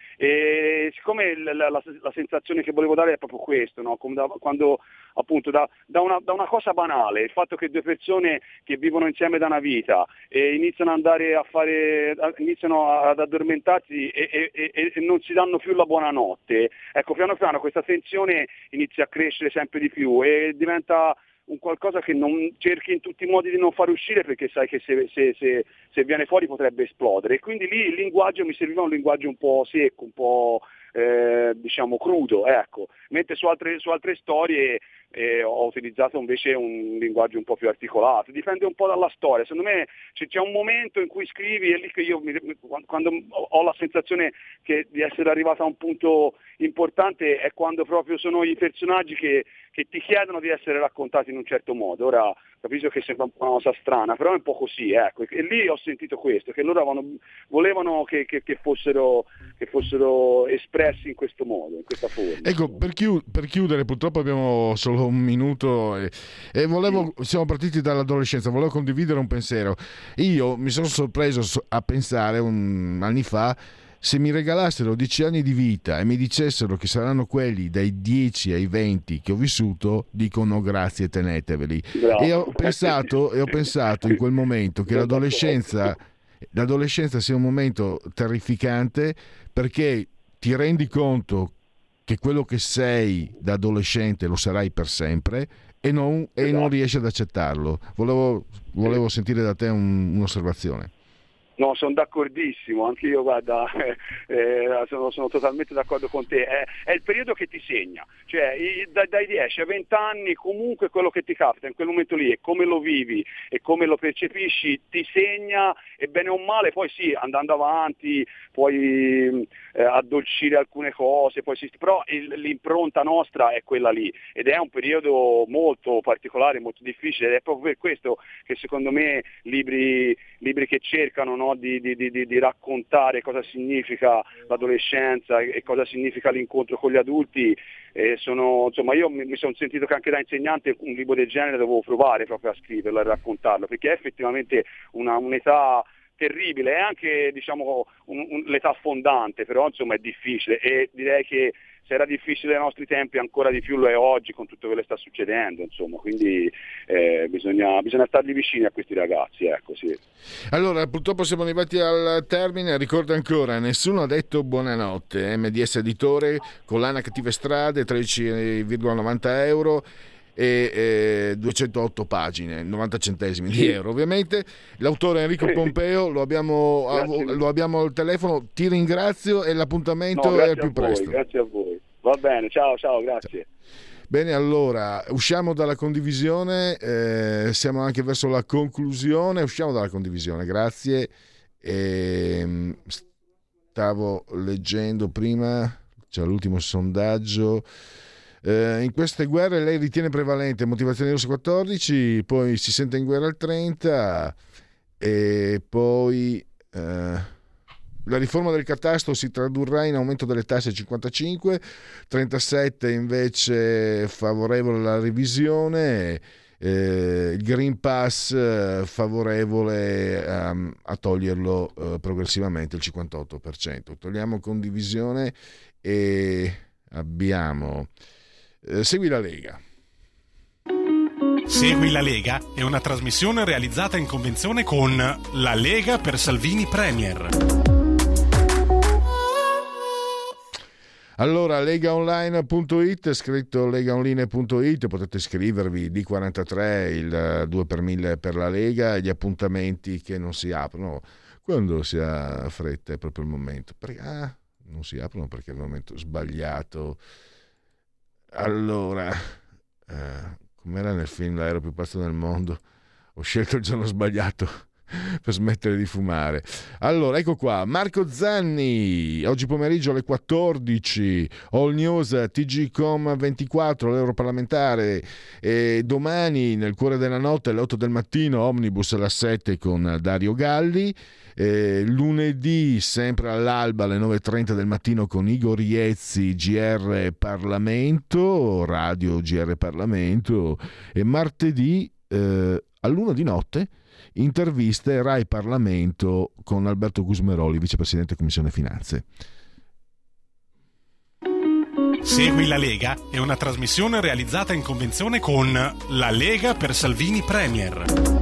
[SPEAKER 11] e siccome la, la, la sensazione che volevo dare è proprio questo, no? Come da, quando appunto da, da, una, da una cosa banale, il fatto che due persone che vivono insieme da una vita e iniziano ad andare a fare, iniziano ad addormentarsi e, e, e, e non si danno più la buonanotte, ecco, piano piano questa tensione inizia a crescere sempre di più e diventa un qualcosa che non cerchi in tutti i modi di non far uscire, perché sai che se, se, se, se viene fuori potrebbe esplodere, e quindi lì il linguaggio mi serviva un linguaggio un po' secco, un po' eh, diciamo crudo, ecco, mentre su altre, su altre storie eh, ho utilizzato invece un linguaggio un po' più articolato, dipende un po' dalla storia. Secondo me c'è un momento in cui scrivi, è lì che io mi, quando ho la sensazione che di essere arrivato a un punto importante è quando proprio sono i personaggi che, che ti chiedono di essere raccontati in un certo modo. Ora capisco che sembra una cosa strana, però è un po' così, ecco, e lì ho sentito questo, che loro avevano, volevano che, che, che, fossero, che fossero espressi in questo modo, in questa forma.
[SPEAKER 2] Ecco, per, chiud- per chiudere, purtroppo abbiamo solo un minuto e, e volevo, siamo partiti dall'adolescenza, volevo condividere un pensiero. Io mi sono sorpreso a pensare un, anni fa, se mi regalassero dieci anni di vita e mi dicessero che saranno quelli dai dieci ai venti che ho vissuto, dicono grazie, teneteveli. Bravo. E ho pensato, e ho pensato in quel momento che l'adolescenza, l'adolescenza sia un momento terrificante, perché ti rendi conto che quello che sei da adolescente lo sarai per sempre e non, e non riesci ad accettarlo. Volevo, volevo sentire da te un, un'osservazione.
[SPEAKER 11] No, sono d'accordissimo, anche io, guarda, eh, eh, sono, sono totalmente d'accordo con te, è, è il periodo che ti segna, cioè i, da, dai dieci ai venti anni comunque quello che ti capita in quel momento lì e come lo vivi e come lo percepisci ti segna, e bene o male poi sì, andando avanti puoi eh, addolcire alcune cose, poi sì, però il, l'impronta nostra è quella lì, ed è un periodo molto particolare, molto difficile, ed è proprio per questo che secondo me libri, libri che cercano, no, Di, di, di, di raccontare cosa significa l'adolescenza e cosa significa l'incontro con gli adulti, eh, sono, insomma, io mi, mi sono sentito che anche da insegnante un libro del genere dovevo provare proprio a scriverlo e raccontarlo, perché è effettivamente una, un'età terribile, è anche, diciamo, un, un, l'età fondante, però insomma è difficile, e direi che se era difficile ai nostri tempi ancora di più lo è oggi con tutto quello che sta succedendo, insomma, quindi eh, bisogna, bisogna stargli vicini a questi ragazzi, ecco, sì.
[SPEAKER 2] Allora, purtroppo siamo arrivati al termine, ricordo ancora, Nessuno ha detto buonanotte, M D S Editore, collana Cattive Strade, tredici virgola novanta euro e eh, duecentootto pagine, novanta centesimi di euro ovviamente. L'autore Enrico Pompeo, lo abbiamo, lo abbiamo al telefono, ti ringrazio e l'appuntamento
[SPEAKER 11] no,
[SPEAKER 2] è al più
[SPEAKER 11] voi,
[SPEAKER 2] presto.
[SPEAKER 11] Grazie a voi, va bene, ciao ciao, grazie.
[SPEAKER 2] Bene, allora usciamo dalla condivisione, eh, siamo anche verso la conclusione, usciamo dalla condivisione, grazie. E, stavo leggendo prima, c'è l'ultimo sondaggio. Eh, in queste guerre lei ritiene prevalente motivazione russa quattordici, poi si sente in guerra al trenta, e poi eh, la riforma del catasto si tradurrà in aumento delle tasse cinquantacinque, trentasette invece favorevole alla revisione, eh, il Green Pass eh, favorevole um, a toglierlo eh, progressivamente il cinquantotto per cento. Togliamo condivisione e abbiamo eh, Segui la Lega.
[SPEAKER 12] Segui la Lega è una trasmissione realizzata in convenzione con La Lega per Salvini Premier.
[SPEAKER 2] Allora, legaonline punto it, scritto legaonline punto it, potete iscrivervi, D quarantatré, il due per mille per la Lega, e gli appuntamenti che non si aprono quando si ha fretta, è proprio il momento. Perché, ah, non si aprono perché è il momento sbagliato. Allora, eh, com'era nel film L'aereo più pazzo del mondo? Ho scelto il giorno sbagliato per smettere di fumare. Allora, ecco qua, Marco Zanni, oggi pomeriggio alle quattordici, All News, T G Com ventiquattro, l'Europarlamentare, e domani nel cuore della notte alle otto del mattino, Omnibus alle sette con Dario Galli. Eh, lunedì sempre all'alba alle nove e trenta del mattino con Igor Iezzi, G R Parlamento, Radio G R Parlamento, e martedì eh, all'una di notte interviste Rai Parlamento con Alberto Gusmeroli, vicepresidente Commissione Finanze.
[SPEAKER 12] Segui la Lega è una trasmissione realizzata in convenzione con La Lega per Salvini Premier.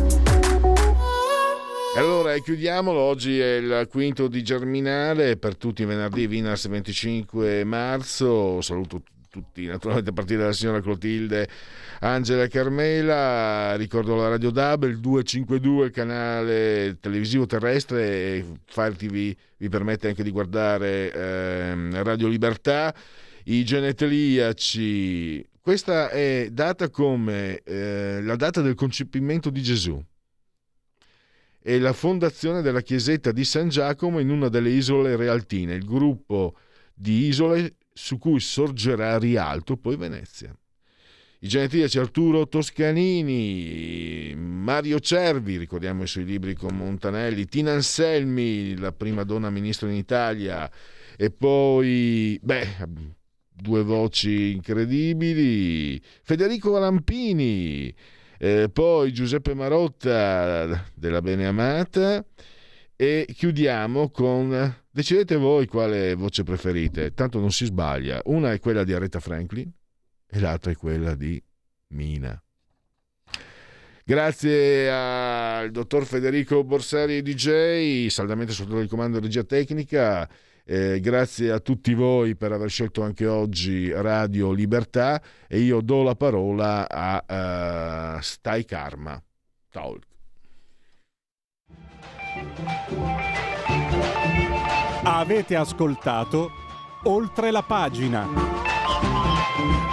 [SPEAKER 2] Allora, chiudiamolo. Oggi è il quinto di Germinale, per tutti i venerdì, Winners venticinque marzo. Saluto tutti, naturalmente, a partire dalla signora Clotilde, Angela e Carmela. Ricordo la Radio D A B, il duecentocinquantadue, il canale televisivo terrestre, e Fire T V vi permette anche di guardare eh, Radio Libertà. I geneteliaci, questa è data come eh, la data del concepimento di Gesù e la fondazione della chiesetta di San Giacomo in una delle isole Realtine, il gruppo di isole su cui sorgerà Rialto, poi Venezia. I genetiliaci Arturo Toscanini, Mario Cervi, ricordiamo i suoi libri con Montanelli, Tina Anselmi, la prima donna ministro in Italia, e poi, beh, due voci incredibili, Federico Valampini, Eh, poi Giuseppe Marotta della Beneamata, e chiudiamo con, decidete voi quale voce preferite, tanto non si sbaglia, una è quella di Aretha Franklin e l'altra è quella di Mina. Grazie al dottor Federico Borsari D J, saldamente sotto il comando di regia tecnica. Eh, grazie a tutti voi per aver scelto anche oggi Radio Libertà, e io do la parola a uh, Stai Karma Talk.
[SPEAKER 1] Avete ascoltato Oltre la pagina.